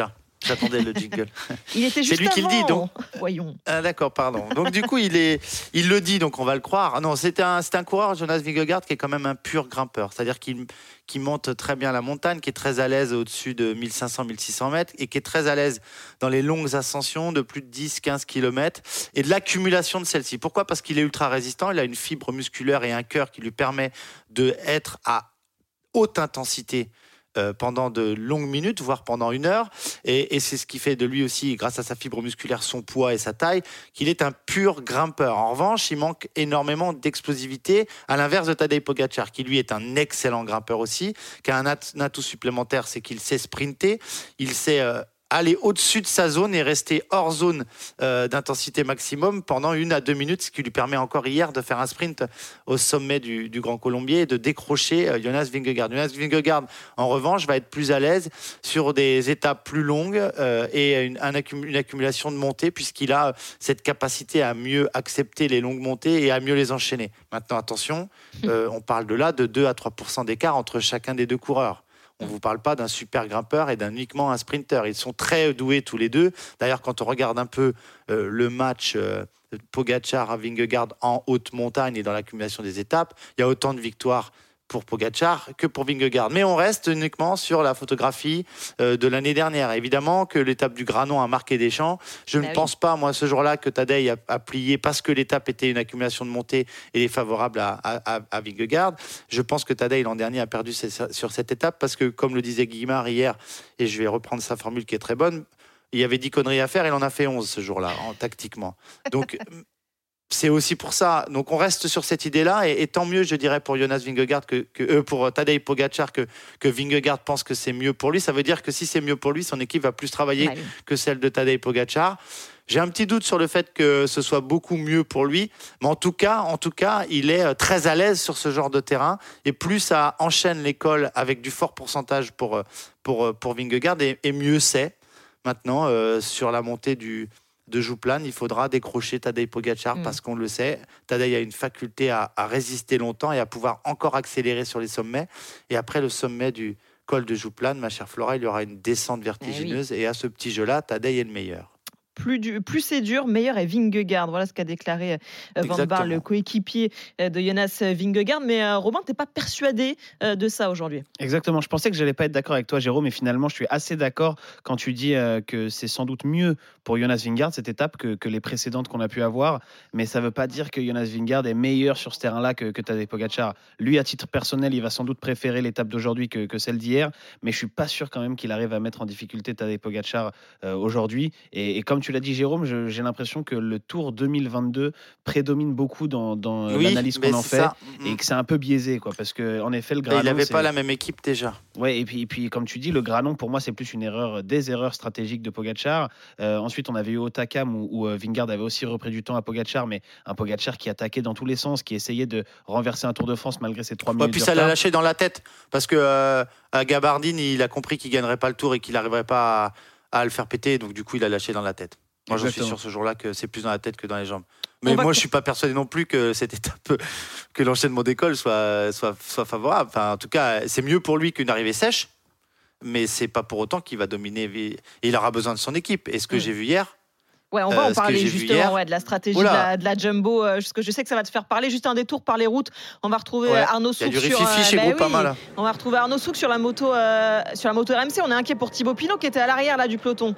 J'attendais le jingle. Il était juste C'est lui avant. qui le dit, donc. Voyons. Ah, d'accord, pardon. Donc du coup, il est, il le dit, donc on va le croire. Non, c'est un, c'est un coureur, Jonas Vingegaard, qui est quand même un pur grimpeur. C'est-à-dire qu'il, qu'il monte très bien la montagne, qui est très à l'aise au-dessus de mille cinq cents à mille six cents mètres et qui est très à l'aise dans les longues ascensions de plus de dix à quinze kilomètres et de l'accumulation de celles-ci. Pourquoi ? Parce qu'il est ultra résistant. Il a une fibre musculaire et un cœur qui lui permet d'être à haute intensité euh, pendant de longues minutes, voire pendant une heure. Et, et c'est ce qui fait de lui aussi, grâce à sa fibre musculaire, son poids et sa taille, qu'il est un pur grimpeur. En revanche, il manque énormément d'explosivité, à l'inverse de Tadej Pogačar, qui lui est un excellent grimpeur aussi, qui a un, at- un atout supplémentaire, c'est qu'il sait sprinter, il sait... Euh, aller au-dessus de sa zone et rester hors zone euh, d'intensité maximum pendant une à deux minutes, ce qui lui permet encore hier de faire un sprint au sommet du, du Grand Colombier et de décrocher euh, Jonas Vingegaard. Jonas Vingegaard, en revanche, va être plus à l'aise sur des étapes plus longues euh, et une, un accum- une accumulation de montées, puisqu'il a cette capacité à mieux accepter les longues montées et à mieux les enchaîner. Maintenant, attention, euh, on parle de là de deux à trois pour cent d'écart entre chacun des deux coureurs. On ne vous parle pas d'un super grimpeur et d'un uniquement un sprinter. Ils sont très doués tous les deux. D'ailleurs, quand on regarde un peu euh, le match euh, Pogačar à Vingegaard en haute montagne et dans l'accumulation des étapes, il y a autant de victoires pour Pogačar que pour Vingegaard. Mais on reste uniquement sur la photographie euh, de l'année dernière. Évidemment que l'étape du Granon a marqué des champs. Je bah ne oui. pense pas, moi, ce jour-là, que Tadej a, a plié parce que l'étape était une accumulation de montée et est favorable à, à, à Vingegaard. Je pense que Tadej, l'an dernier, a perdu sur cette étape parce que, comme le disait Guillemard hier, et je vais reprendre sa formule qui est très bonne, il y avait dix conneries à faire, il en a fait onze ce jour-là, en, tactiquement. Donc... C'est aussi pour ça. Donc on reste sur cette idée-là et, et tant mieux, je dirais, pour Jonas Vingegaard que, que euh, pour Tadej Pogačar que que Vingegaard pense que c'est mieux pour lui. Ça veut dire que si c'est mieux pour lui, son équipe va plus travailler ouais. que celle de Tadej Pogačar. J'ai un petit doute sur le fait que ce soit beaucoup mieux pour lui, mais en tout cas, en tout cas, il est très à l'aise sur ce genre de terrain et plus ça enchaîne l'école avec du fort pourcentage pour pour pour Vingegaard et, et mieux c'est. Maintenant euh, sur la montée du de Jouplan, il faudra décrocher Tadej Pogačar mmh. parce qu'on le sait, Tadej a une faculté à, à résister longtemps et à pouvoir encore accélérer sur les sommets. Et après le sommet du col de Jouplan, ma chère Flora, il y aura une descente vertigineuse. Eh oui. Et à ce petit jeu-là, Tadej est le meilleur. Plus, du, plus c'est dur, meilleur est Vingegaard. Voilà ce qu'a déclaré euh, Van Baarle, le coéquipier euh, de Jonas Vingegaard. Mais euh, Robin, tu n'es pas persuadé euh, de ça aujourd'hui. Exactement. Je pensais que je n'allais pas être d'accord avec toi, Jérôme, mais finalement, je suis assez d'accord quand tu dis euh, que c'est sans doute mieux pour Jonas Vingegaard cette étape que, que les précédentes qu'on a pu avoir. Mais ça ne veut pas dire que Jonas Vingegaard est meilleur sur ce terrain-là que, que Tadej Pogačar. Lui, à titre personnel, il va sans doute préférer l'étape d'aujourd'hui que, que celle d'hier. Mais je ne suis pas sûr quand même qu'il arrive à mettre en difficulté Tadej Pogačar euh, aujourd'hui. Et, et comme tu l'as dit, Jérôme, je, j'ai l'impression que le Tour deux mille vingt-deux prédomine beaucoup dans, dans oui, l'analyse qu'on en fait ça. Et que c'est un peu biaisé, quoi, parce que en effet, le Granon, il n'avait pas la même équipe déjà. Ouais, et puis, et puis comme tu dis, le Granon, pour moi, c'est plus une erreur, des erreurs stratégiques de Pogačar. Euh, ensuite, on avait eu Otakam où, où Vingegaard avait aussi repris du temps à Pogačar, mais un Pogačar qui attaquait dans tous les sens, qui essayait de renverser un Tour de France malgré ses trois ouais, minutes. Puis de ça retard. l'a lâché dans la tête, parce que euh, à Gabardine, il a compris qu'il gagnerait pas le Tour et qu'il n'arriverait pas à, à le faire péter, donc du coup, il a lâché dans la tête. Moi, j'en suis sûr ce jour-là que c'est plus dans la tête que dans les jambes. Mais moi, je ne suis pas persuadé non plus que cette étape, que l'enchaînement d'école soit, soit, soit favorable. Enfin, en tout cas, c'est mieux pour lui qu'une arrivée sèche, mais ce n'est pas pour autant qu'il va dominer. Et il aura besoin de son équipe. Et ce que mmh. j'ai vu hier... Ouais, on va euh, en parler justement hier, ouais, de la stratégie de la, de la Jumbo. Euh, parce que je sais que ça va te faire parler. Juste un détour par les routes. On va retrouver ouais, Arnaud Souk sur. Euh, chez bah vous, oui, pas mal. On va retrouver Arnaud Souk sur la moto, euh, sur la moto R M C. On est inquiet pour Thibaut Pinot qui était à l'arrière là du peloton.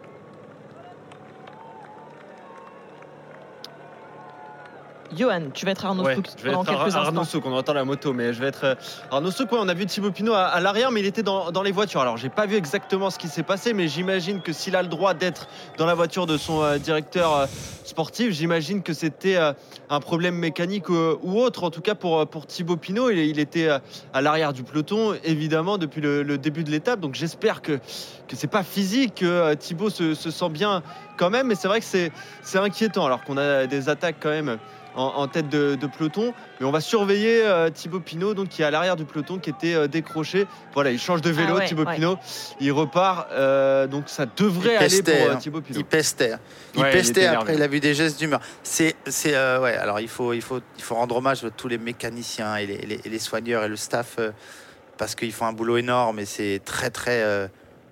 Johan, tu vas être Arnaud ouais, Souk je vais pendant être quelques Arnaud Souk, on entend la moto, mais je vais être Arnaud Souk. Ouais, on a vu Thibaut Pinot à, à l'arrière, mais il était dans, dans les voitures. Alors, j'ai pas vu exactement ce qui s'est passé, mais j'imagine que s'il a le droit d'être dans la voiture de son euh, directeur euh, sportif, j'imagine que c'était euh, un problème mécanique euh, ou autre. En tout cas, pour, pour Thibaut Pinot, il, il était euh, à l'arrière du peloton, évidemment, depuis le, le début de l'étape. Donc, j'espère que, que c'est pas physique, que euh, Thibaut se, se sent bien quand même. Mais c'est vrai que c'est, c'est inquiétant, alors qu'on a des attaques quand même En, en tête de, de peloton, mais on va surveiller euh, Thibaut Pinot, donc qui est à l'arrière du peloton, qui était euh, décroché. Voilà, il change de vélo, ah ouais, Thibaut ouais. Pinot, il repart, euh, donc ça devrait aller pour euh, Thibaut Pinot. Il pestait, il ouais, pestait. Il après, il a vu des gestes d'humeur. C'est, c'est euh, ouais. Alors il faut, il faut, il faut rendre hommage à tous les mécaniciens et les, les, et les soigneurs et le staff euh, parce qu'ils font un boulot énorme et c'est très, très. Euh,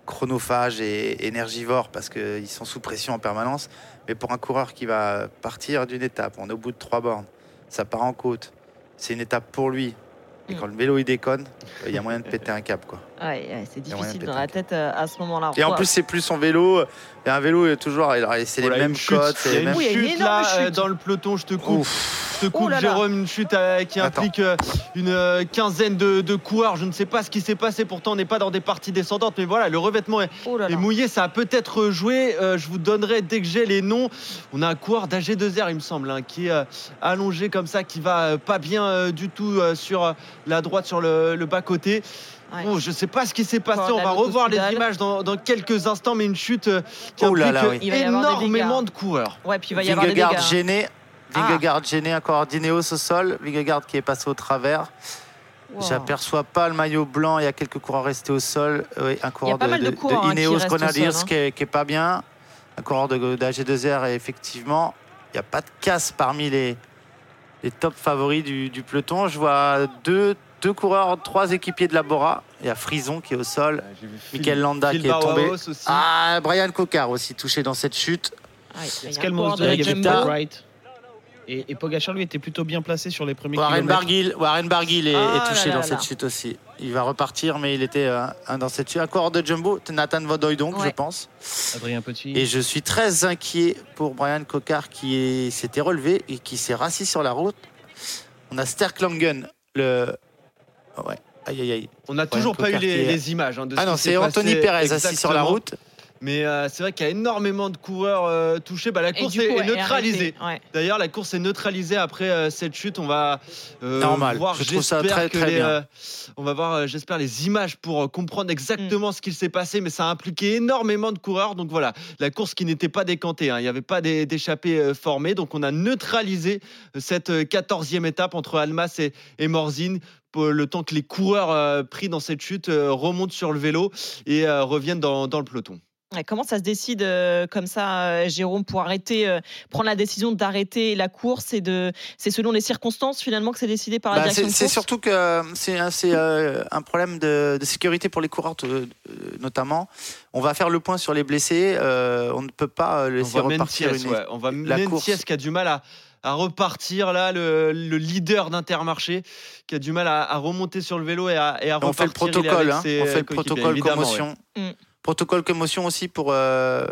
chronophages et énergivores parce qu'ils sont sous pression en permanence. Mais pour un coureur qui va partir d'une étape, on est au bout de trois bornes, ça part en côte, c'est une étape pour lui. Et quand le vélo il déconne, il y a moyen de péter un câble, quoi. Ouais, ouais, c'est difficile dans la tête à ce moment-là. Et en plus, c'est plus son vélo. Il y a un vélo, toujours, c'est voilà, les mêmes codes. Il y a une mêmes... chute là, chute. dans le peloton, je te coupe. Ouf. Je te coupe, oh Jérôme, une chute euh, qui implique euh, une euh, quinzaine de, de coureurs. Je ne sais pas ce qui s'est passé, pourtant on n'est pas dans des parties descendantes. Mais voilà, le revêtement est, oh est mouillé, ça a peut-être joué. Euh, je vous donnerai dès que j'ai les noms. On a un coureur d'A G deux R, il me semble, hein, qui est euh, allongé comme ça, qui va euh, pas bien euh, du tout euh, sur euh, la droite, sur le, le bas-côté. Ouais. Bon, je ne sais pas ce qui s'est passé, oh, on va revoir les images dans, dans quelques instants, mais une chute euh, qui oh implique là, oui. énormément de coureurs. Ouais, puis il va y avoir des dégâts. Gêné, Vingegaard ah. gêné, encore Dineos au sol, Vingegaard qui est passé au travers. Wow. J'aperçois pas le maillot blanc, il y a quelques coureurs restés au sol. Oui, un coureur de, de, de, de Ineos hein, Grenadiers hein. qui, est, qui est pas bien. Un coureur de, d'A G deux R et effectivement, il n'y a pas de casse parmi les, les top favoris du, du peloton. Je vois deux Deux coureurs, trois équipiers de la Bora. Il y a Frison qui est au sol, ouais, Michael Landa Phil qui est tombé. Ah, Brian Cocard aussi touché dans cette chute. Ah, est-ce qu'elle monte de l'équipe Wright et, et Pogacar lui était plutôt bien placé sur les premiers Warren kilomètres. Barguil, Warren Barguil est, ah, est touché là, là, dans là. cette chute aussi. Il va repartir, mais il était euh, dans cette chute. Un coureur de Jumbo, Nathan Van Hooydonk, ouais. je pense. Adrien Petit. Et je suis très inquiet pour Brian Cocard qui est, s'était relevé et qui s'est rassis sur la route. On a Sterklangen, le Ouais, aïe aïe aïe. On n'a toujours pas eu les, les images. Hein, de ah ce non, c'est Anthony Perez assis sur la route. Mais euh, c'est vrai qu'il y a énormément de coureurs euh, touchés. Bah, la course est, coup, est neutralisée. Ouais. D'ailleurs, la course est neutralisée après euh, cette chute. On va euh, Normal. voir. Je trouve ça très très les, bien. Euh, on va voir, euh, j'espère, les images pour euh, comprendre exactement mm. ce qu'il s'est passé. Mais ça a impliqué énormément de coureurs. Donc voilà, la course qui n'était pas décantée. Hein. Il n'y avait pas des, d'échappées euh, formées. Donc on a neutralisé cette quatorzième étape entre Almas et, et Morzine. Le temps que les coureurs euh, pris dans cette chute euh, remontent sur le vélo et euh, reviennent dans, dans le peloton. Comment ça se décide euh, comme ça, euh, Jérôme, pour arrêter, euh, prendre la décision d'arrêter la course et de, c'est selon les circonstances finalement que c'est décidé par la bah, direction c'est, de course. C'est surtout que c'est, c'est euh, un problème de, de sécurité pour les coureurs euh, notamment. On va faire le point sur les blessés. Euh, on ne peut pas laisser on repartir Menties, une, ouais. On va la Menties course. Qui a du mal à à repartir là, le, le leader d'Intermarché qui a du mal à, à remonter sur le vélo et à, et à on repartir. Fait le protocole, hein. On fait le protocole commotion. Ouais. Mm. Protocole commotion aussi pour euh,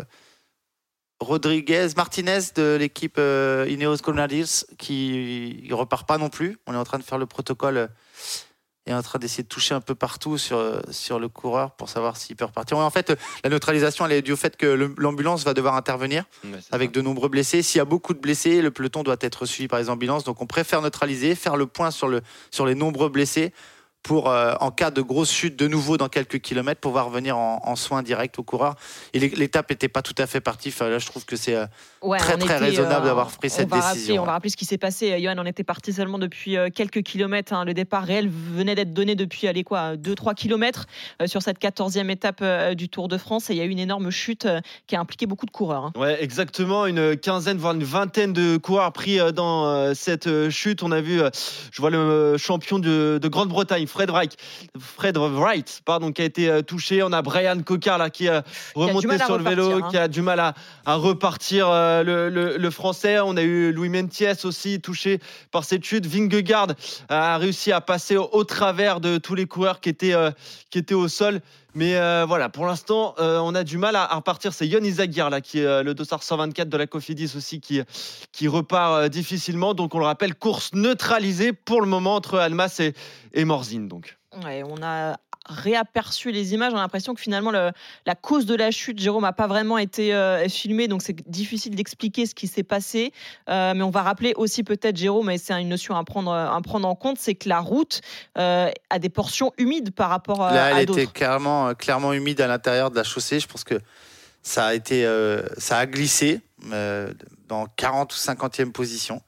Rodriguez, Martinez de l'équipe euh, Ineos Grenadiers qui ne repart pas non plus. On est en train de faire le protocole euh, et en train d'essayer de toucher un peu partout sur, sur le coureur pour savoir s'il peut repartir. En fait, la neutralisation, elle est due au fait que le, l'ambulance va devoir intervenir ouais, avec ça. de nombreux blessés. S'il y a beaucoup de blessés, le peloton doit être suivi par les ambulances. Donc, on préfère neutraliser, faire le point sur, le, sur les nombreux blessés pour, euh, en cas de grosse chute de nouveau dans quelques kilomètres, pouvoir revenir en, en soins directs aux coureurs. Et l'étape n'était pas tout à fait partie. Enfin, là, je trouve que c'est euh, ouais, très, très était, raisonnable euh, d'avoir pris cette décision. Rappeler, on va rappeler ce qui s'est passé. Johan, on était parti seulement depuis euh, quelques kilomètres. Hein. Le départ réel venait d'être donné depuis allez, quoi, deux à trois kilomètres euh, sur cette quatorzième étape euh, du Tour de France. Et il y a eu une énorme chute euh, qui a impliqué beaucoup de coureurs. Hein. Ouais, exactement. Une quinzaine, voire une vingtaine de coureurs pris euh, dans euh, cette chute. On a vu, euh, je vois le champion de, de Grande-Bretagne, Fred Wright. Fred Wright, pardon, qui a été euh, touché. On a Brian Cocard là qui a remonté qui a sur le vélo, hein. qui a du mal à, à repartir. Euh, le, le, le français. On a eu Louis Mentiès aussi touché par cette chute. Vingegaard a réussi à passer au, au travers de tous les coureurs qui étaient euh, qui étaient au sol. Mais euh, voilà, pour l'instant, euh, on a du mal à, à repartir. C'est Yon Izagirre là qui est euh, le dossard cent vingt-quatre de la Cofidis aussi qui qui repart euh, difficilement. Donc on le rappelle, course neutralisée pour le moment entre Almas et, et Morzine. Donc. Ouais, on a réaperçu les images, on a l'impression que finalement le, la cause de la chute, Jérôme, n'a pas vraiment été euh, filmée, donc c'est difficile d'expliquer ce qui s'est passé, euh, mais on va rappeler aussi peut-être, Jérôme, et c'est une notion à prendre, à prendre en compte, c'est que la route euh, a des portions humides par rapport euh, Là, à elle d'autres. était clairement, clairement humide à l'intérieur de la chaussée. Je pense que ça a, été, euh, ça a glissé euh, dans quarante ou cinquantième position.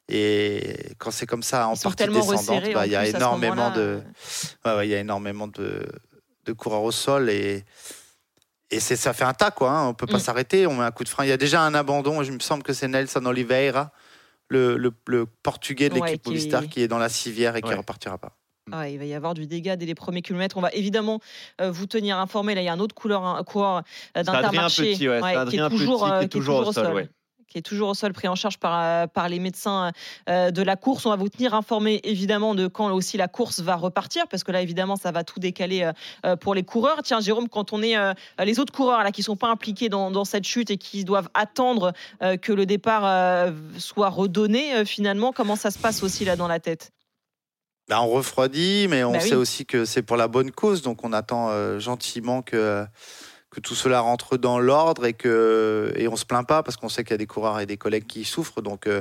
Et quand c'est comme ça en Ils partie descendante, bah, il y a énormément de, euh... ouais, ouais, il y a énormément de, de coureurs au sol et et c'est ça fait un tas quoi. Hein. On peut pas mm. s'arrêter, on met un coup de frein. Il y a déjà un abandon. Je me semble que c'est Nelson Oliveira, le, le, le portugais de l'équipe ouais, Movistar, qui... qui est dans la civière et qui ouais. repartira pas. Ah, il va y avoir du dégât dès les premiers kilomètres. On va évidemment euh, vous tenir informé. Là, il y a un autre couleur, un coureur euh, d'Intermarché Petit, ouais, ouais, qui est toujours, Petit, euh, qui est toujours au sol. sol ouais. qui est toujours au sol, pris en charge par, par les médecins euh, de la course. On va vous tenir informé évidemment de quand aussi la course va repartir, parce que là évidemment ça va tout décaler euh, pour les coureurs. Tiens Jérôme, quand on est euh, les autres coureurs là qui sont pas impliqués dans, dans cette chute et qui doivent attendre euh, que le départ euh, soit redonné euh, finalement, comment ça se passe aussi là dans la tête? Ben, on refroidit, mais on bah sait oui. aussi que c'est pour la bonne cause, donc on attend euh, gentiment que que tout cela rentre dans l'ordre et que et on se plaint pas parce qu'on sait qu'il y a des coureurs et des collègues qui souffrent, donc euh,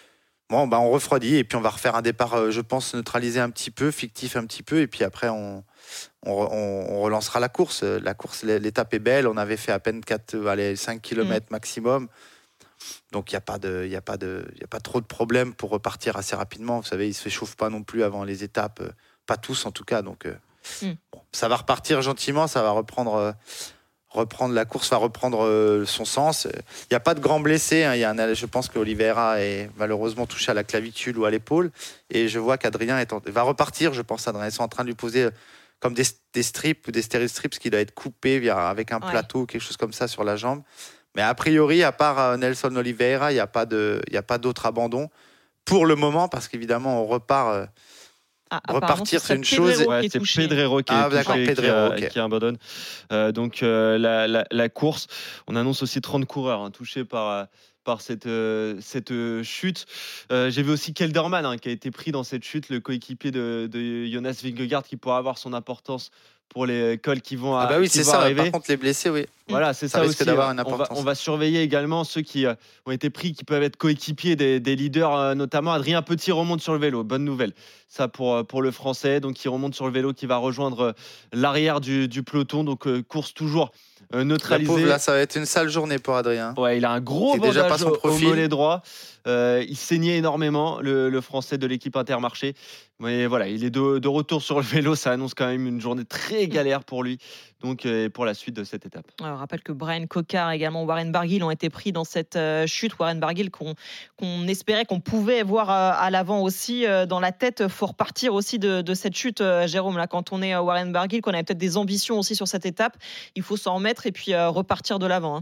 bon ben on refroidit et puis on va refaire un départ, euh, je pense neutralisé un petit peu, fictif un petit peu, et puis après on on, on relancera la course. La course, l'étape est belle, on avait fait à peine quatre, allez, cinq kilomètres mmh. maximum. Donc il n'y a pas de, il y a pas de, il y a pas trop de problème pour repartir assez rapidement. Vous savez, ils se chauffent pas non plus avant les étapes, euh, pas tous en tout cas. Donc euh, mm. bon, ça va repartir gentiment, ça va reprendre, euh, reprendre la course, va reprendre euh, son sens. Il n'y a pas de grands blessés. Hein. Il y a un, je pense que Oliveira est malheureusement touché à la clavicule ou à l'épaule, et je vois qu'Adrien est en, va repartir. Je pense Adrien, ils sont en train de lui poser euh, comme des, des strips ou des stéristrips qui doivent être coupés via, avec un ouais. plateau, quelque chose comme ça sur la jambe. Mais a priori, à part Nelson Oliveira, il n'y a pas de, il n'y a pas d'autre abandon pour le moment, parce qu'évidemment, on repart. Ah, repartir, c'est une chose. Ouais, c'est Pedrero qui est ah, touché, Pedrero, qui, okay. qui abandonne. Euh, donc euh, la, la, la course, on annonce aussi trente coureurs hein, touchés par. par cette, euh, cette euh, chute. Euh, j'ai vu aussi Kelderman hein, qui a été pris dans cette chute, le coéquipier de, de Jonas Vingegaard, qui pourra avoir son importance pour les cols qui vont, à, ah bah oui, qui c'est vont ça. arriver. Par contre, les blessés, oui. Voilà, c'est ça, ça aussi. D'avoir une on, va, importance. on va surveiller également ceux qui euh, ont été pris, qui peuvent être coéquipiers des, des leaders, euh, notamment Adrien Petit remonte sur le vélo. Bonne nouvelle, ça pour, pour le Français. Donc, il remonte sur le vélo, qui va rejoindre euh, l'arrière du, du peloton. Donc, euh, course toujours euh, neutralisée. La pauvre, là, ça va être une sale journée pour Adrien. Ouais, il a un gros c'est bandage déjà pas son au, profil. au mollet droit. Euh, il saignait énormément, le, le Français de l'équipe Intermarché. Mais voilà, il est de, de retour sur le vélo. Ça annonce quand même une journée très galère pour lui. Donc, euh, pour la suite de cette étape. Alors, je rappelle que Brian Cocard et également Warren Barguil ont été pris dans cette euh, chute. Warren Barguil qu'on, qu'on espérait qu'on pouvait voir euh, à l'avant aussi euh, dans la tête. Il faut repartir aussi de, de cette chute, euh, Jérôme. Là, quand on est euh, Warren Barguil, qu'on avait peut-être des ambitions aussi sur cette étape, il faut s'en remettre et puis euh, repartir de l'avant. Hein.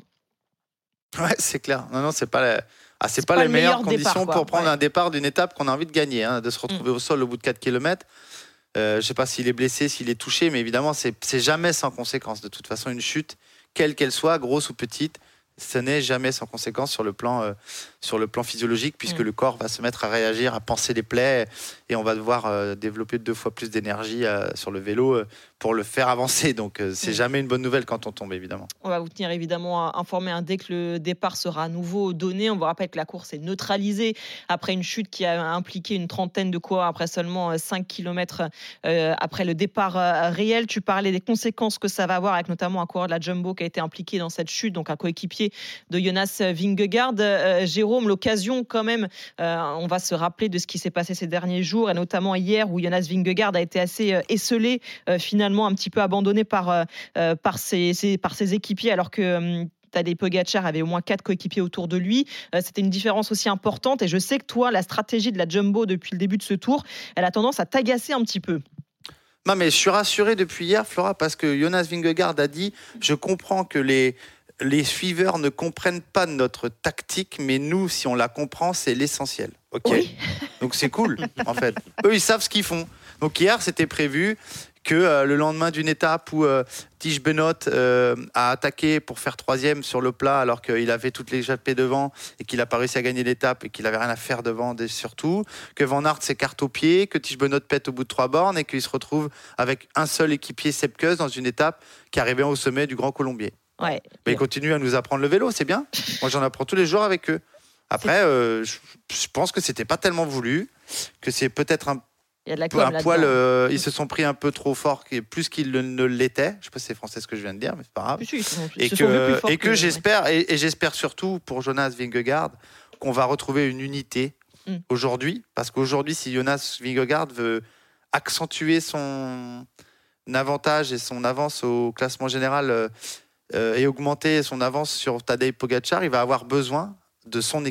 Ouais, c'est clair. Non, non, c'est pas la... ah, c'est, c'est pas, pas les meilleures conditions départ, pour prendre ouais. un départ d'une étape qu'on a envie de gagner, hein, de se retrouver mmh. au sol au bout de quatre kilomètres. Euh, je ne sais pas s'il est blessé, s'il est touché, mais évidemment, c'est, c'est jamais sans conséquence. De toute façon, une chute, quelle qu'elle soit, grosse ou petite, ce n'est jamais sans conséquence sur le plan, euh, sur le plan physiologique, puisque mmh. le corps va se mettre à réagir, à panser les plaies, et on va devoir euh, développer deux fois plus d'énergie euh, sur le vélo euh, pour le faire avancer. Donc, euh, c'est mmh. jamais une bonne nouvelle quand on tombe, évidemment. On va vous tenir évidemment informé hein, dès que le départ sera à nouveau donné. On vous rappelle que la course est neutralisée après une chute qui a impliqué une trentaine de coureurs après seulement cinq kilomètres euh, après le départ euh, réel. Tu parlais des conséquences que ça va avoir avec notamment un coureur de la Jumbo qui a été impliqué dans cette chute, donc un coéquipier de Jonas Vingegaard. Euh, Jérôme, l'occasion quand même, euh, on va se rappeler de ce qui s'est passé ces derniers jours et notamment hier où Jonas Vingegaard a été assez euh, esselé, euh, finalement un petit peu abandonné par, euh, par, ses, ses, par ses équipiers alors que euh, Tadej Pogačar avait au moins quatre coéquipiers autour de lui. Euh, c'était une différence aussi importante et je sais que toi, la stratégie de la Jumbo depuis le début de ce tour, elle a tendance à t'agacer un petit peu. Non mais je suis rassuré depuis hier, Flora, parce que Jonas Vingegaard a dit « Je comprends que les... les suiveurs ne comprennent pas notre tactique, mais nous, si on la comprend, c'est l'essentiel. Ok. Oui. Donc c'est cool, en fait. Eux, ils savent ce qu'ils font. Donc hier, c'était prévu que euh, le lendemain d'une étape où euh, Tish Benoît euh, a attaqué pour faire troisième sur le plat, alors qu'il avait toutes les échappées devant et qu'il n'a pas réussi à gagner l'étape et qu'il n'avait rien à faire devant, surtout, que Van Aert s'écarte au pied, que Tish Benoît pète au bout de trois bornes et qu'il se retrouve avec un seul équipier Sepp Kuss dans une étape qui arrivait au sommet du Grand Colombier. Ouais. Mais ils continuent à nous apprendre le vélo, c'est bien. Moi, j'en apprends tous les jours avec eux. Après, euh, je, je pense que c'était pas tellement voulu, que c'est peut-être un, Il y a de la un poil. Euh, ils se sont pris un peu trop fort, plus qu'ils ne, ne l'étaient. Je sais pas si c'est français ce que je viens de dire, mais c'est pas grave. Si, si, et que, et que, que j'espère, et, et j'espère surtout pour Jonas Vingegaard qu'on va retrouver une unité mm. aujourd'hui, parce qu'aujourd'hui, si Jonas Vingegaard veut accentuer son avantage et son avance au classement général. Euh, Euh, et augmenter son avance sur Tadej Pogačar, il va avoir besoin de son équipe.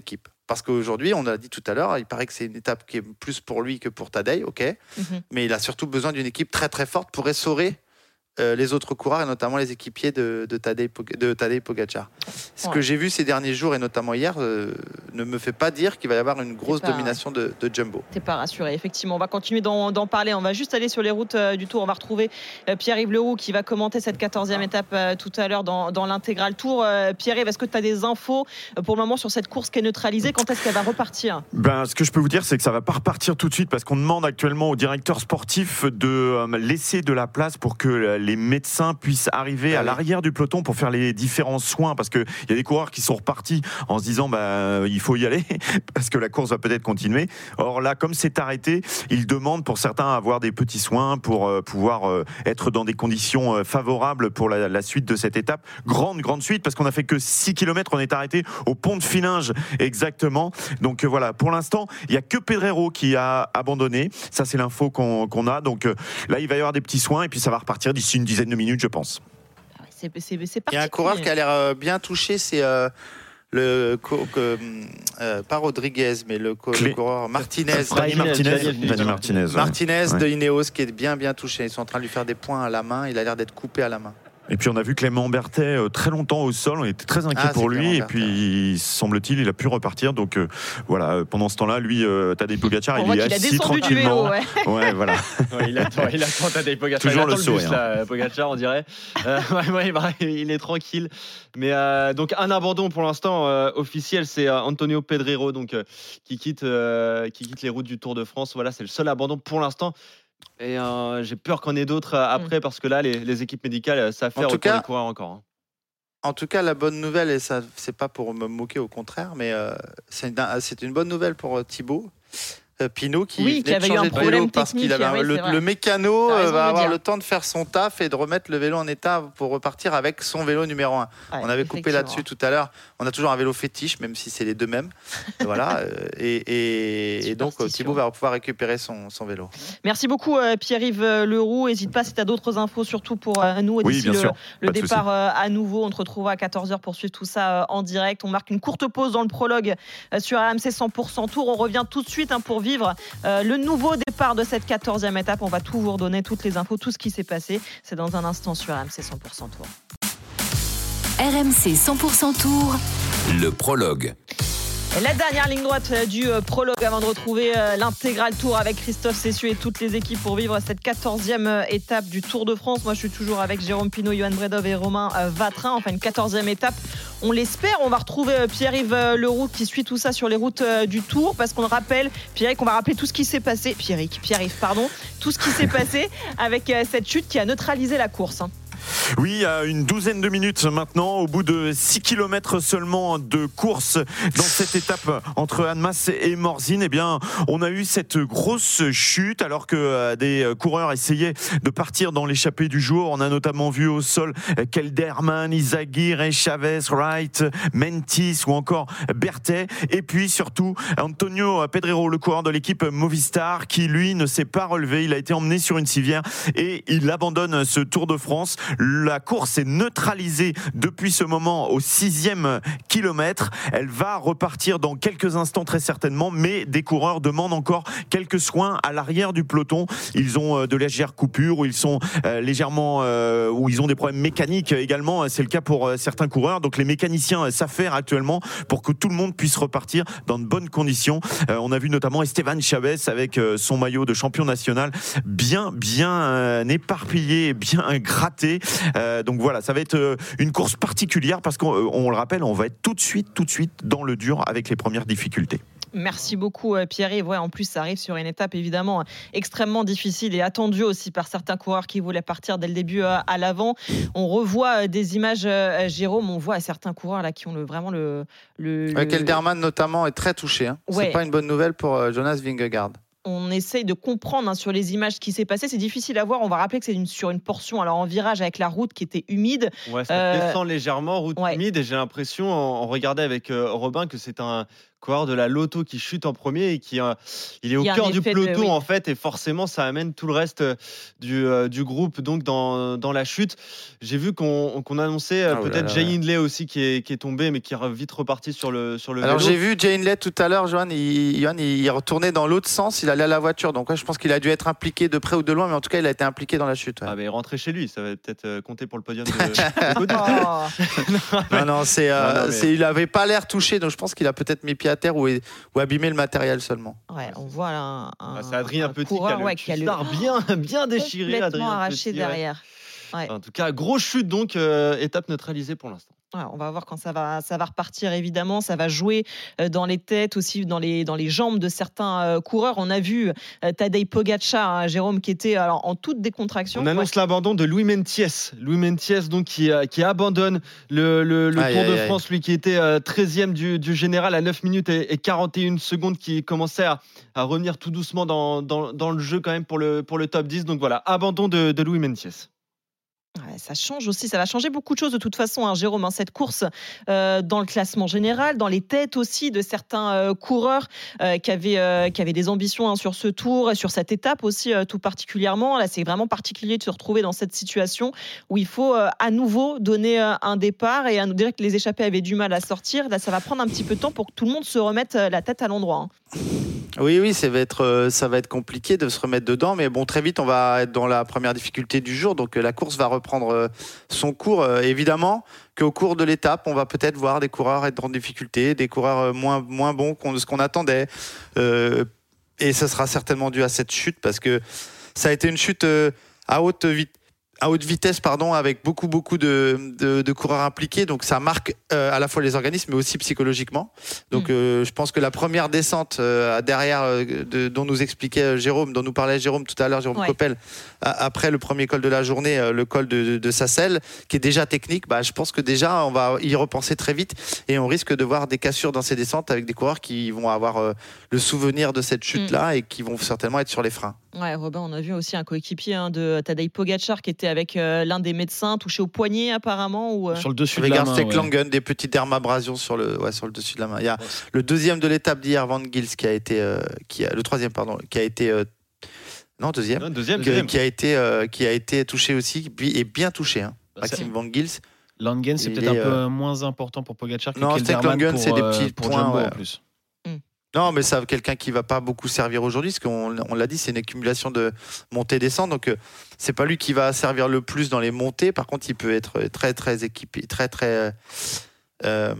Parce qu'aujourd'hui, on a dit tout à l'heure, il paraît que c'est une étape qui est plus pour lui que pour Tadej, ok. Mm-hmm. Mais il a surtout besoin d'une équipe très très forte pour essorer euh, les autres coureurs et notamment les équipiers de, de Tadej de Tadej Pogacar. Ce ouais. que j'ai vu ces derniers jours et notamment hier euh, ne me fait pas dire qu'il va y avoir une grosse pas, domination de, de Jumbo. T'es pas rassuré, effectivement. On va continuer d'en, d'en parler. On va juste aller sur les routes euh, du Tour. On va retrouver euh, Pierre-Yves Leroux qui va commenter cette quatorzième ah. étape euh, tout à l'heure dans, dans l'intégral Tour. Euh, Pierre-Yves, est-ce que tu as des infos euh, pour le moment sur cette course qui est neutralisée ? Quand est-ce qu'elle va repartir ? Ben, ce que je peux vous dire, c'est que ça va pas repartir tout de suite parce qu'on demande actuellement au directeur sportif de euh, laisser de la place pour que les médecins puissent arriver ah, à oui. l'arrière du peloton pour faire les différents soins, parce qu'il y a des coureurs qui sont repartis en se disant bah, il faut y aller parce que la course va peut-être continuer. Or là, comme c'est arrêté, ils demandent pour certains à avoir des petits soins pour euh, pouvoir euh, être dans des conditions euh, favorables pour la, la suite de cette étape. Grande, grande suite, parce qu'on a fait que six kilomètres, on est arrêté au pont de Filinge exactement. Donc euh, voilà, pour l'instant, il n'y a que Pedrero qui a abandonné. Ça, c'est l'info qu'on, qu'on a. Donc euh, là, il va y avoir des petits soins et puis ça va repartir d'ici une dizaine de minutes, je pense. C'est, c'est, c'est il y a un coureur qui a l'air bien touché, c'est euh, le euh, pas Rodriguez, mais le, Clé... le coureur Martinez. Dani Martinez, Dani Martinez, Martinez ouais. de Ineos qui est bien bien touché. Ils sont en train de lui faire des points à la main. Il a l'air d'être coupé à la main. Et puis on a vu Clément Berthet euh, très longtemps au sol, on était très inquiets ah, pour lui, et puis semble-t-il il a pu repartir. Donc euh, voilà, pendant ce temps-là, lui, euh, Tadej Pogacar, il est assis tranquillement. Vélo, ouais. ouais, voilà. Ouais, il attend, il attend Tadej Pogacar. Toujours il le sourire. Là, Pogacar, on dirait. Euh, ouais, ouais, bah, il est tranquille. Mais euh, donc un abandon pour l'instant euh, officiel, c'est euh, Antonio Pedrero, donc euh, qui quitte, euh, qui quitte les routes du Tour de France. Voilà, c'est le seul abandon pour l'instant. Et euh, j'ai peur qu'on ait d'autres euh, après, mmh. parce que là, les, les équipes médicales savent faire autant cas, les coureurs encore. Hein. En tout cas, la bonne nouvelle, et ça, c'est pas pour me moquer, au contraire, mais euh, c'est, une, c'est une bonne nouvelle pour euh, Thibaut euh, Pinot qui oui, venait qui de changer de vélo parce qu'il avait oui, le, le mécano euh, va avoir le temps de faire son taf et de remettre le vélo en état pour repartir avec son vélo numéro un. Ouais, on avait coupé là-dessus tout à l'heure. On a toujours un vélo fétiche, même si c'est les deux mêmes. Voilà. euh, et, et, et donc Thibaut va pouvoir récupérer son, son vélo. Merci beaucoup euh, Pierre-Yves Leroux. N'hésite pas si tu as d'autres infos, surtout pour euh, nous oui, d'ici le, le départ euh, à nouveau. On te retrouvera à quatorze heures pour suivre tout ça euh, en direct. On marque une courte pause dans le prologue euh, sur R M C cent pour cent Tour. On revient tout de suite hein, pour vivre euh, le nouveau départ de cette quatorzième étape. On va tout vous redonner, toutes les infos, tout ce qui s'est passé. C'est dans un instant sur R M C cent pour cent Tour. R M C cent pour cent Tour. Le prologue. La dernière ligne droite du prologue avant de retrouver l'intégral Tour avec Christophe Cessieux et toutes les équipes pour vivre cette quatorzième étape du Tour de France. Moi, je suis toujours avec Jérôme Pinot, Johan Bredov et Romain Vatrin. Enfin, une quatorzième étape. On l'espère. On va retrouver Pierre-Yves Leroux qui suit tout ça sur les routes du Tour parce qu'on le rappelle, Pierre-Yves, qu'on va rappeler tout ce qui s'est passé. Pierre-Yves, Pierre-Yves, pardon. Tout ce qui s'est passé avec cette chute qui a neutralisé la course. Oui, à une douzaine de minutes maintenant, au bout de six kilomètres seulement de course dans cette étape entre Annemasse et Morzine, eh bien, on a eu cette grosse chute alors que des coureurs essayaient de partir dans l'échappée du jour. On a notamment vu au sol Kelderman, Izagirre, Chavez, Wright, Mentis ou encore Berthet. Et puis surtout Antonio Pedrero, le coureur de l'équipe Movistar, qui lui ne s'est pas relevé. Il a été emmené sur une civière et il abandonne ce Tour de France. La course est neutralisée depuis ce moment au sixième kilomètre. Elle va repartir dans quelques instants très certainement, mais des coureurs demandent encore quelques soins à l'arrière du peloton. Ils ont de légères coupures ou ils sont légèrement, euh, ou ils ont des problèmes mécaniques également. C'est le cas pour certains coureurs. Donc les mécaniciens s'affairent actuellement pour que tout le monde puisse repartir dans de bonnes conditions. Euh, on a vu notamment Esteban Chavez avec son maillot de champion national bien, bien euh, éparpillé, bien gratté. Euh, donc voilà, ça va être euh, une course particulière parce qu'on on le rappelle, on va être tout de suite, tout de suite dans le dur avec les premières difficultés. Merci beaucoup Pierre-Yves. Ouais, en plus, ça arrive sur une étape évidemment extrêmement difficile et attendue aussi par certains coureurs qui voulaient partir dès le début à l'avant. On revoit des images, Jérôme, on voit certains coureurs là qui ont le, vraiment le... le, ouais, le... Kelderman notamment est très touché. Hein. Ouais. C'est pas une bonne nouvelle pour Jonas Vingegaard. On essaye de comprendre hein, sur les images ce qui s'est passé. C'est difficile à voir. On va rappeler que c'est une, sur une portion alors en virage avec la route qui était humide. Ouais, ça euh... descend légèrement, route ouais. humide. Et j'ai l'impression, on regardait avec euh, Robin, que c'est un coureur de la Lotto qui chute en premier et qui euh, il est au cœur du peloton de, oui. en fait, et forcément ça amène tout le reste du, euh, du groupe donc dans, dans la chute. J'ai vu qu'on, qu'on annonçait euh, oh peut-être Jay Hindley aussi qui est, qui est tombé mais qui est vite reparti sur le, sur le Alors vélo. J'ai vu Jay Hindley tout à l'heure, Johan, il, Johan, il retournait dans l'autre sens, il allait à la voiture, donc ouais, je pense qu'il a dû être impliqué de près ou de loin, mais en tout cas il a été impliqué dans la chute. Ouais. Ah mais rentrer chez lui, ça va peut-être euh, compter pour le podium de, de oh. non, non, c'est, euh, non, non, mais... c'est, il n'avait pas l'air touché, donc je pense qu'il a peut-être mis pied à terre ou, ou abîmé le matériel seulement. Ouais, on voit là un, un, ah, c'est Adrien Petit coureur, qui a ouais, le qui a le... bien, bien déchiré. Complètement arraché Petit, derrière. Ouais. Ouais. En tout cas, grosse chute donc, euh, étape neutralisée pour l'instant. Ouais, on va voir quand ça va, ça va repartir évidemment, ça va jouer dans les têtes aussi, dans les, dans les jambes de certains euh, coureurs. On a vu euh, Tadej Pogačar, hein, Jérôme, qui était alors, en toute décontraction. On annonce ouais. l'abandon de Louis Mentiès, Louis Mentiès donc qui, euh, qui abandonne le, le, le aïe, Tour aïe, de aïe. France, lui qui était euh, treizième du, du général à neuf minutes et, et quarante et une secondes, qui commençait à, à revenir tout doucement dans, dans, dans le jeu quand même pour le, pour le top dix. Donc voilà, abandon de, de Louis Mentiès. Ouais, ça change aussi, ça va changer beaucoup de choses de toute façon, hein, Jérôme, hein, cette course euh, dans le classement général, dans les têtes aussi de certains euh, coureurs euh, qui, avaient, euh, qui avaient des ambitions hein, sur ce tour et sur cette étape aussi euh, tout particulièrement. Là, c'est vraiment particulier de se retrouver dans cette situation où il faut euh, à nouveau donner euh, un départ et à nous dire que les échappés avaient du mal à sortir. Là, ça va prendre un petit peu de temps pour que tout le monde se remette euh, la tête à l'endroit. Hein. Oui, oui, ça va être, ça va être compliqué de se remettre dedans, mais bon, très vite, on va être dans la première difficulté du jour, donc la course va reprendre son cours. Évidemment qu'au cours de l'étape, on va peut-être voir des coureurs être en difficulté, des coureurs moins, moins bons que ce qu'on attendait, euh, et ça sera certainement dû à cette chute, parce que ça a été une chute à haute vitesse. à haute vitesse, pardon, avec beaucoup, beaucoup de, de, de coureurs impliqués. Donc, ça marque euh, à la fois les organismes, mais aussi psychologiquement. Donc, mmh. euh, je pense que la première descente euh, derrière, euh, de, dont nous expliquait Jérôme, dont nous parlait Jérôme tout à l'heure, Jérôme ouais. Coppel, à, après le premier col de la journée, euh, le col de, de, de Sassel, qui est déjà technique, bah, je pense que déjà, on va y repenser très vite et on risque de voir des cassures dans ces descentes avec des coureurs qui vont avoir euh, le souvenir de cette chute-là mmh. et qui vont certainement être sur les freins. Ouais, Robin, on a vu aussi un coéquipier hein, de Tadej Pogačar qui était avec euh, l'un des médecins touché au poignet apparemment ou euh... sur le dessus de la main. Avec Langen, ouais. des petites dermabrasions sur le, ouais, sur le dessus de la main. Il y a ouais. le deuxième de l'étape d'hier, Van Gils, qui a été, euh, qui a, le troisième pardon, qui a été euh, non deuxième, non, deuxième, qui, deuxième. qui a été, euh, qui a été touché aussi et bien touché. Hein. Bah, Maxime Van Gils. Langen, c'est peut-être un euh... peu moins important pour Pogačar que non, Kelderman Langen, pour, c'est des petits pour points Jumbo ouais. en plus. Non, mais ça, quelqu'un qui va pas beaucoup servir aujourd'hui, parce qu'on on l'a dit, c'est une accumulation de montées-descentes, donc euh, c'est pas lui qui va servir le plus dans les montées. Par contre, il peut être très très équipé, très très euh,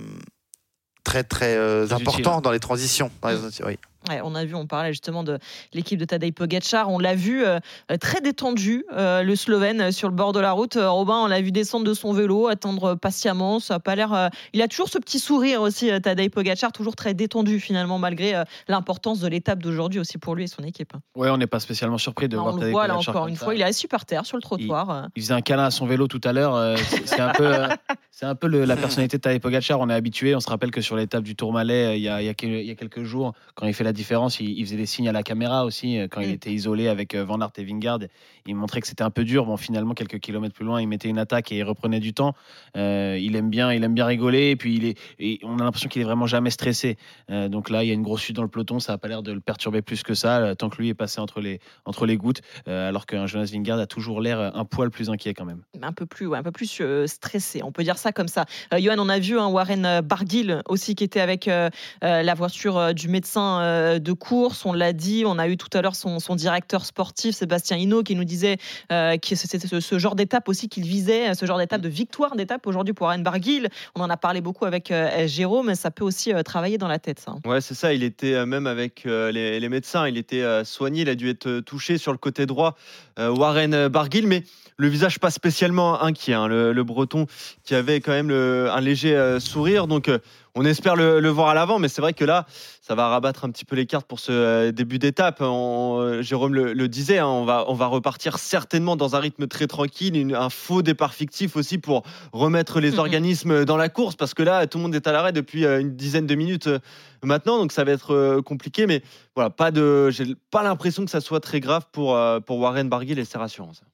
très très euh, important utile. Dans les transitions. Dans les, oui. Ouais, on a vu, on parlait justement de l'équipe de Tadej Pogačar. On l'a vu euh, très détendu, euh, le Slovène, sur le bord de la route. Euh, Robin, on l'a vu descendre de son vélo, attendre patiemment. Ça a pas l'air. Euh, il a toujours ce petit sourire aussi, euh, Tadej Pogačar, toujours très détendu finalement, malgré euh, l'importance de l'étape d'aujourd'hui aussi pour lui et son équipe. Ouais, on n'est pas spécialement surpris de non, voir on Tadej Pogačar. Là, encore une ça. fois, il est assis par terre sur le trottoir. Il, il faisait un câlin à son vélo tout à l'heure. Euh, c'est, c'est un peu, euh, c'est un peu le, la personnalité de Tadej Pogačar. On est habitué. On se rappelle que sur l'étape du Tourmalet, il y a, il y a, il y a quelques jours, quand il fait la différence, il, il faisait des signes à la caméra aussi quand il était isolé avec Van Aert et Vingegaard. Il montrait que c'était un peu dur. Bon, finalement, quelques kilomètres plus loin, il mettait une attaque et il reprenait du temps. Euh, il aime bien, il aime bien rigoler. Et puis, il est, et on a l'impression qu'il est vraiment jamais stressé. Euh, donc là, il y a une grosse chute dans le peloton. Ça n'a pas l'air de le perturber plus que ça, tant que lui est passé entre les, entre les gouttes. Euh, alors qu'un Jonas Vingegaard a toujours l'air un poil plus inquiet quand même. Un peu plus, ouais, un peu plus euh, stressé. On peut dire ça comme ça. Euh, Johan, on a vu hein, Warren Barguil aussi qui était avec euh, la voiture euh, du médecin euh, de course. On l'a dit, on a eu tout à l'heure son, son directeur sportif, Sébastien Hinault, qui nous disait euh, que c'était ce, ce genre d'étape aussi qu'il visait, ce genre d'étape de victoire d'étape aujourd'hui pour Warren Barguil. On en a parlé beaucoup avec euh, Jérôme, mais ça peut aussi euh, travailler dans la tête. Ça. Ouais, c'est ça. Il était euh, même avec euh, les, les médecins, il était euh, soigné, il a dû être touché sur le côté droit, euh, Warren Barguil, mais le visage pas spécialement inquiet, hein, le, le Breton qui avait quand même le, un léger euh, sourire. Donc, euh, on espère le, le voir à l'avant, mais c'est vrai que là, ça va rabattre un petit peu les cartes pour ce euh, début d'étape. On, euh, Jérôme le, le disait, hein, on, va, on va repartir certainement dans un rythme très tranquille, une, un faux départ fictif aussi pour remettre les mmh. organismes dans la course, parce que là, tout le monde est à l'arrêt depuis euh, une dizaine de minutes euh, maintenant, donc ça va être euh, compliqué, mais voilà, pas de, j'ai pas l'impression que ça soit très grave pour, euh, pour Warren Barguil et ses rassurances.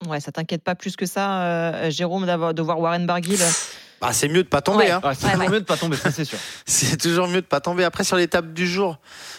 Ouais, ça t'inquiète pas plus que ça, euh, Jérôme, de voir Warren Barguil. Bah, c'est mieux de pas tomber. Ouais. Hein. Ouais, c'est ouais, toujours ouais. mieux de pas tomber, ça c'est sûr. C'est toujours mieux de pas tomber. Après, sur l'étape du jour,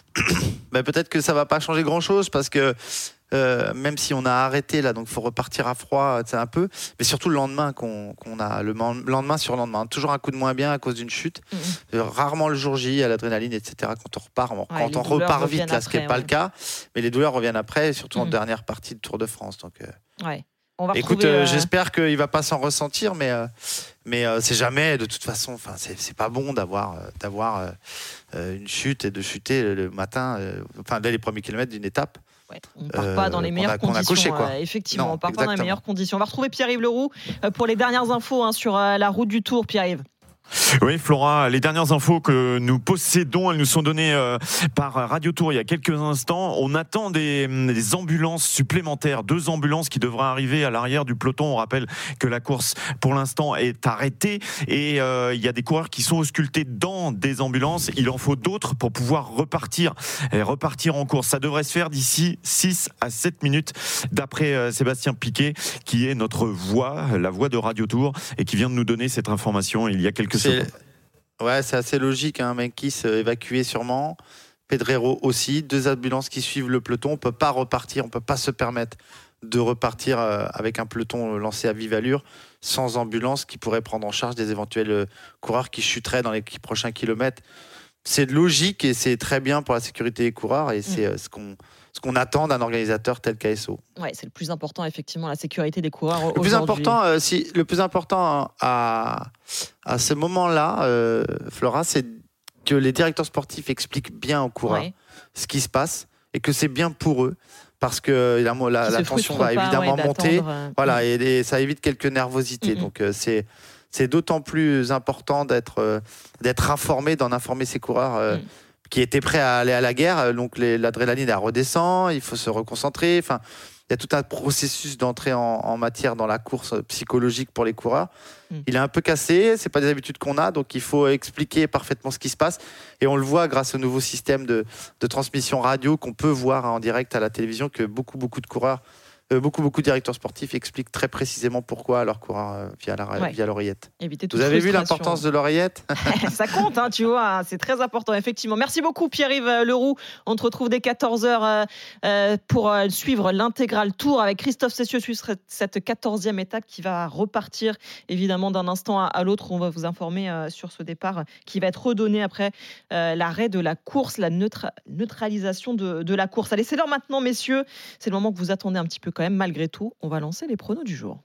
bah, peut-être que ça va pas changer grand-chose parce que euh, même si on a arrêté là, donc faut repartir à froid, c'est un peu. Mais surtout le lendemain qu'on, qu'on a le lendemain sur lendemain, toujours un coup de moins bien à cause d'une chute. Mmh. Rarement le jour J à l'adrénaline, et cetera. Quand on repart, ouais, quand on repart vite, là, ce qui n'est pas ouais. le cas. Mais les douleurs reviennent après, surtout mmh. en dernière partie du Tour de France. Donc. Euh... Ouais. On va Écoute, retrouver, euh, euh... j'espère qu'il ne va pas s'en ressentir, mais, euh, mais euh, c'est jamais, de toute façon, enfin, c'est, c'est pas bon d'avoir, euh, d'avoir euh, une chute et de chuter le, le matin, euh, enfin, dès les premiers kilomètres d'une étape. Ouais, on ne part pas dans les meilleures a, conditions. Coché, quoi. Euh, effectivement, non, on ne part exactement. pas dans les meilleures conditions. On va retrouver Pierre-Yves Leroux euh, pour les dernières infos hein, sur euh, la route du Tour. Pierre-Yves. Oui, Flora, les dernières infos que nous possédons, elles nous sont données euh, par Radio Tour il y a quelques instants. On attend des, des ambulances supplémentaires, deux ambulances qui devraient arriver à l'arrière du peloton. On rappelle que la course, pour l'instant, est arrêtée et euh, il y a des coureurs qui sont auscultés dans des ambulances. Il en faut d'autres pour pouvoir repartir et repartir en course. Ça devrait se faire d'ici six à sept minutes, d'après euh, Sébastien Piquet, qui est notre voix, la voix de Radio Tour, et qui vient de nous donner cette information il y a quelques C'est... Ouais, c'est assez logique. Hein. Menkis euh, évacué sûrement. Pedrero aussi. Deux ambulances qui suivent le peloton. On ne peut pas repartir, on ne peut pas se permettre de repartir euh, avec un peloton lancé à vive allure sans ambulance qui pourrait prendre en charge des éventuels euh, coureurs qui chuteraient dans les prochains kilomètres. C'est logique et c'est très bien pour la sécurité des coureurs et c'est euh, ce qu'on ce qu'on attend d'un organisateur tel qu'A S O. Ouais, c'est le plus important, effectivement, la sécurité des coureurs. Le plus important, euh, si, le plus important à, à ce moment-là, euh, Flora, c'est que les directeurs sportifs expliquent bien aux coureurs ouais. ce qui se passe et que c'est bien pour eux. Parce que la, la, la tension va pas, évidemment ouais, monter. Euh... Voilà, et, et ça évite quelques nervosités. Mm-hmm. Donc, euh, c'est, c'est d'autant plus important d'être, euh, d'être informé, d'en informer ses coureurs. Euh, mm. qui étaient prêts à aller à la guerre, donc les, l'adrénaline elle redescend, il faut se reconcentrer, enfin, il y a tout un processus d'entrée en, en matière dans la course psychologique pour les coureurs. Mmh. Il est un peu cassé, c'est pas des habitudes qu'on a, donc il faut expliquer parfaitement ce qui se passe, et on le voit grâce au nouveau système de, de transmission radio qu'on peut voir en direct à la télévision, que beaucoup, beaucoup de coureurs Euh, beaucoup, beaucoup de directeurs sportifs expliquent très précisément pourquoi à leurs coureurs euh, via, la, ouais. via l'oreillette. Vous avez vu l'importance de l'oreillette? Ça compte, hein, tu vois, c'est très important, effectivement. Merci beaucoup, Pierre-Yves Leroux. On te retrouve dès quatorze heures euh, euh, pour euh, suivre l'intégral tour avec Christophe Cessieux sur cette quatorzième étape qui va repartir, évidemment, d'un instant à, à l'autre. On va vous informer euh, sur ce départ qui va être redonné après euh, l'arrêt de la course, la neutra- neutralisation de, de la course. Allez, c'est l'heure maintenant, messieurs. C'est le moment que vous attendez un petit peu quand même, malgré tout. On va lancer les pronos du jour.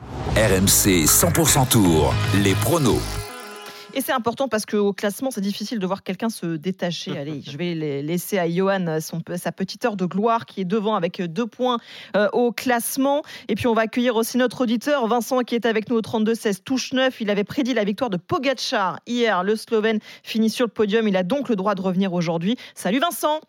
R M C cent pour cent Tour, les pronos. Et c'est important parce qu'au classement, c'est difficile de voir quelqu'un se détacher. Allez, je vais laisser à Johan son, sa petite heure de gloire qui est devant avec deux points euh, au classement. Et puis, on va accueillir aussi notre auditeur, Vincent, qui est avec nous au trente-deux seize, touche neuf. Il avait prédit la victoire de Pogačar hier. Le Slovène finit sur le podium. Il a donc le droit de revenir aujourd'hui. Salut Vincent.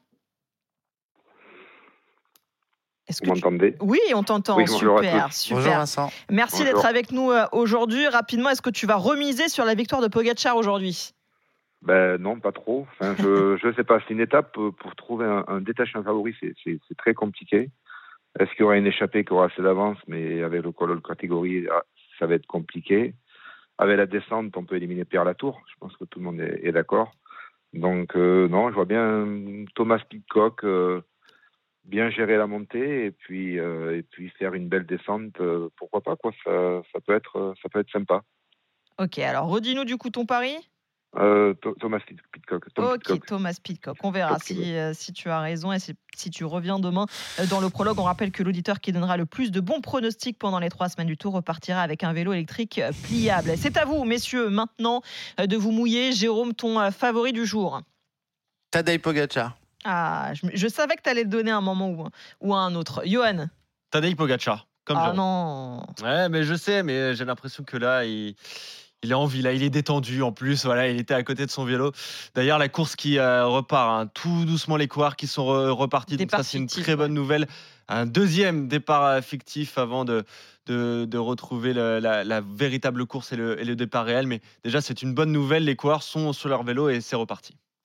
Est-ce que Vous m'entendez ? tu... Oui, on t'entend. Oui, super, super. Bonjour Vincent. Merci bonjour. d'être avec nous aujourd'hui. Rapidement, est-ce que tu vas remiser sur la victoire de Pogačar aujourd'hui ? Ben non, pas trop. Enfin, je ne sais pas. C'est une étape pour trouver un, un détachement favori, c'est, c'est, c'est très compliqué. Est-ce qu'il y aura une échappée qui aura assez d'avance, mais avec le col de catégorie, ça va être compliqué. Avec la descente, on peut éliminer Pierre Latour. Je pense que tout le monde est, est d'accord. Donc euh, non, je vois bien Thomas Pidcock euh, bien gérer la montée et puis euh, et puis faire une belle descente. Euh, pourquoi pas quoi. Ça, ça peut être ça peut être sympa. Ok, alors redis-nous du coup ton pari. Euh, Thomas Pidcock. Tom ok, Pidcock. Thomas Pidcock. On verra si, euh, si tu as raison et si, si tu reviens demain euh, dans le prologue. On rappelle que l'auditeur qui donnera le plus de bons pronostics pendant les trois semaines du Tour repartira avec un vélo électrique euh, pliable. C'est à vous, messieurs, maintenant euh, de vous mouiller. Jérôme, ton euh, favori du jour. Tadej Pogačar. Ah, je, je savais que tu allais le donner à un moment ou, ou à un autre. Johan. Tadej Pogačar. Comme ah Jérôme. Non. Ouais, mais je sais, mais j'ai l'impression que là, il... Il est en vie, là, il est détendu en plus. Voilà, il était à côté de son vélo. D'ailleurs, la course qui euh, repart, hein, tout doucement les coureurs qui sont re- repartis. Donc ça, c'est une très bonne nouvelle. Un deuxième départ euh, fictif avant de, de, de retrouver le, la, la véritable course et le, et le départ réel. Mais déjà, c'est une bonne nouvelle. Les coureurs sont sur leur vélo et c'est reparti.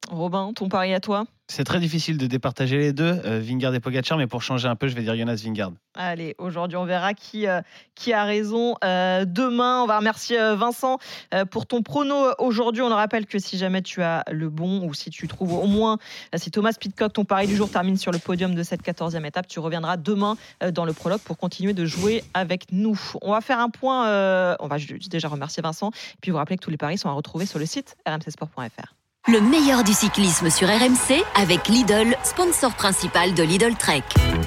Robin, ton pari à toi ? C'est très difficile de départager les deux, euh, Vingegaard et Pogacar, mais pour changer un peu, je vais dire Jonas Vingegaard. Allez, aujourd'hui, on verra qui, euh, qui a raison. Euh, demain, on va remercier euh, Vincent euh, pour ton prono aujourd'hui. On le rappelle que si jamais tu as le bon, ou si tu trouves au moins, euh, si Thomas Pidcock, ton pari du jour, termine sur le podium de cette quatorzième étape, tu reviendras demain euh, dans le prologue pour continuer de jouer avec nous. On va faire un point, euh, on va déjà remercier Vincent, puis vous rappeler que tous les paris sont à retrouver sur le site r m c sport point f r. Le meilleur du cyclisme sur R M C avec Lidl, sponsor principal de Lidl Trek.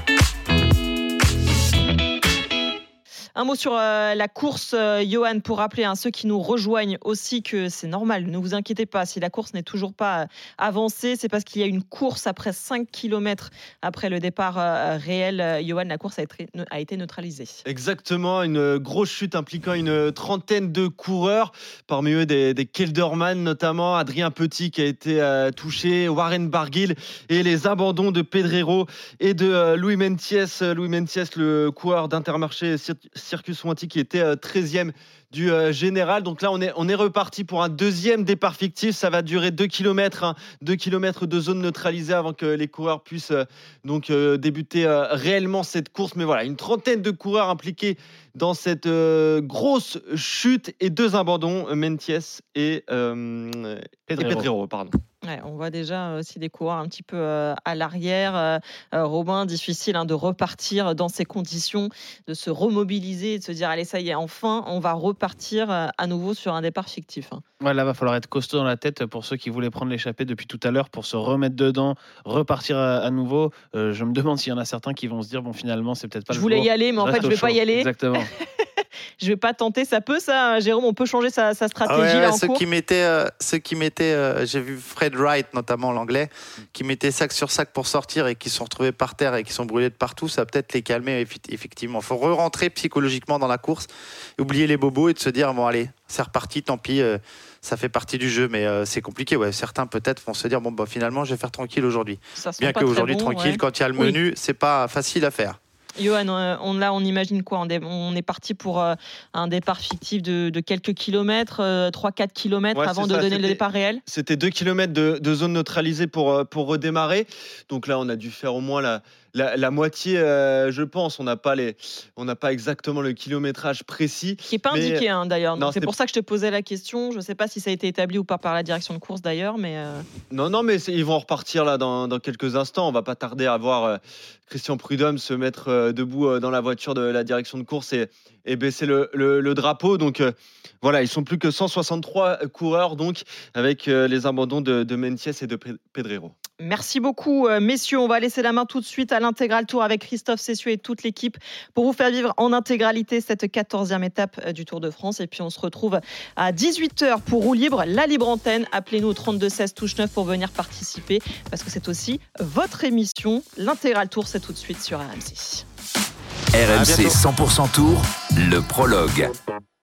Un mot sur euh, la course, euh, Johan, pour rappeler à hein, ceux qui nous rejoignent aussi que c'est normal, ne vous inquiétez pas, si la course n'est toujours pas euh, avancée, c'est parce qu'il y a une course après cinq kilomètres après le départ euh, réel. Euh, Johan, la course a été, a été neutralisée. Exactement, une grosse chute impliquant une trentaine de coureurs, parmi eux des, des Kelderman notamment, Adrien Petit qui a été euh, touché, Warren Barguil et les abandons de Pedrero et de euh, Louis Mentiès, Louis Mentiès, le coureur d'Intermarché Circus Wanty qui était treizième du euh, général. Donc là, on est, on est reparti pour un deuxième départ fictif. Ça va durer deux kilomètres, hein, deux kilomètres de zone neutralisée avant que les coureurs puissent euh, donc euh, débuter euh, réellement cette course. Mais voilà, une trentaine de coureurs impliqués dans cette euh, grosse chute et deux abandons, Mentiès et, euh, et Pedrero, pardon. Ouais, on voit déjà aussi des coureurs un petit peu euh, à l'arrière. Euh, euh, Robin, difficile hein, de repartir dans ces conditions, de se remobiliser et de se dire allez, ça y est, enfin, on va repartir euh, à nouveau sur un départ fictif. Hein. Ouais, là, va falloir être costaud dans la tête pour ceux qui voulaient prendre l'échappée depuis tout à l'heure pour se remettre dedans, repartir à, à nouveau. Euh, je me demande s'il y en a certains qui vont se dire bon, finalement, c'est peut-être pas je le voulais jour. y aller, mais en je fait, je vais chaud. pas y aller. Exactement. Je vais pas tenter, ça peut ça, Jérôme, on peut changer sa, sa stratégie ah ouais, là ouais, en ceux cours. Qui mettaient, euh, ceux qui mettaient, euh, j'ai vu Fred Wright notamment l'anglais, qui mettait sac sur sac pour sortir et qui se sont retrouvés par terre et qui sont brûlés de partout, ça va peut-être les calmer effectivement. Il faut re-rentrer psychologiquement dans la course, oublier les bobos et de se dire bon allez, c'est reparti, tant pis, euh, ça fait partie du jeu, mais euh, c'est compliqué. Ouais. Certains peut-être vont se dire bon bah finalement je vais faire tranquille aujourd'hui. Bien qu'aujourd'hui bon, tranquille, ouais. Quand il y a le menu, oui. C'est pas facile à faire. Johan, on, là, on imagine quoi ? On est parti pour euh, un départ fictif de, de quelques kilomètres, euh, trois à quatre kilomètres ouais, avant de ça. donner c'était, le départ réel ? C'était deux kilomètres de, de zone neutralisée pour, pour redémarrer. Donc là, on a dû faire au moins la, la, la moitié, euh, je pense. On n'a pas, les, on n'a pas exactement le kilométrage précis. Qui n'est pas mais... indiqué, hein, d'ailleurs. Non, c'est pour ça que je te posais la question. Je ne sais pas si ça a été établi ou pas par la direction de course, d'ailleurs. Mais euh... Non, non, mais ils vont repartir là dans, dans quelques instants. On ne va pas tarder à voir euh, Christian Prudhomme se mettre euh, debout euh, dans la voiture de la direction de course et, et baisser le, le, le drapeau. Donc euh, voilà, ils sont plus que cent soixante-trois coureurs donc, avec euh, les abandons de, de Mentiès et de Pedrero. Merci beaucoup, messieurs. On va laisser la main tout de suite à l'Intégral Tour avec Christophe Cessieux et toute l'équipe pour vous faire vivre en intégralité cette quatorzième étape du Tour de France. Et puis, on se retrouve à dix-huit heures pour Roue Libre, la libre antenne. Appelez-nous au trente-deux seize touche neuf pour venir participer parce que c'est aussi votre émission. L'Intégral Tour, c'est tout de suite sur R M C. R M C cent pour cent Tour, le prologue.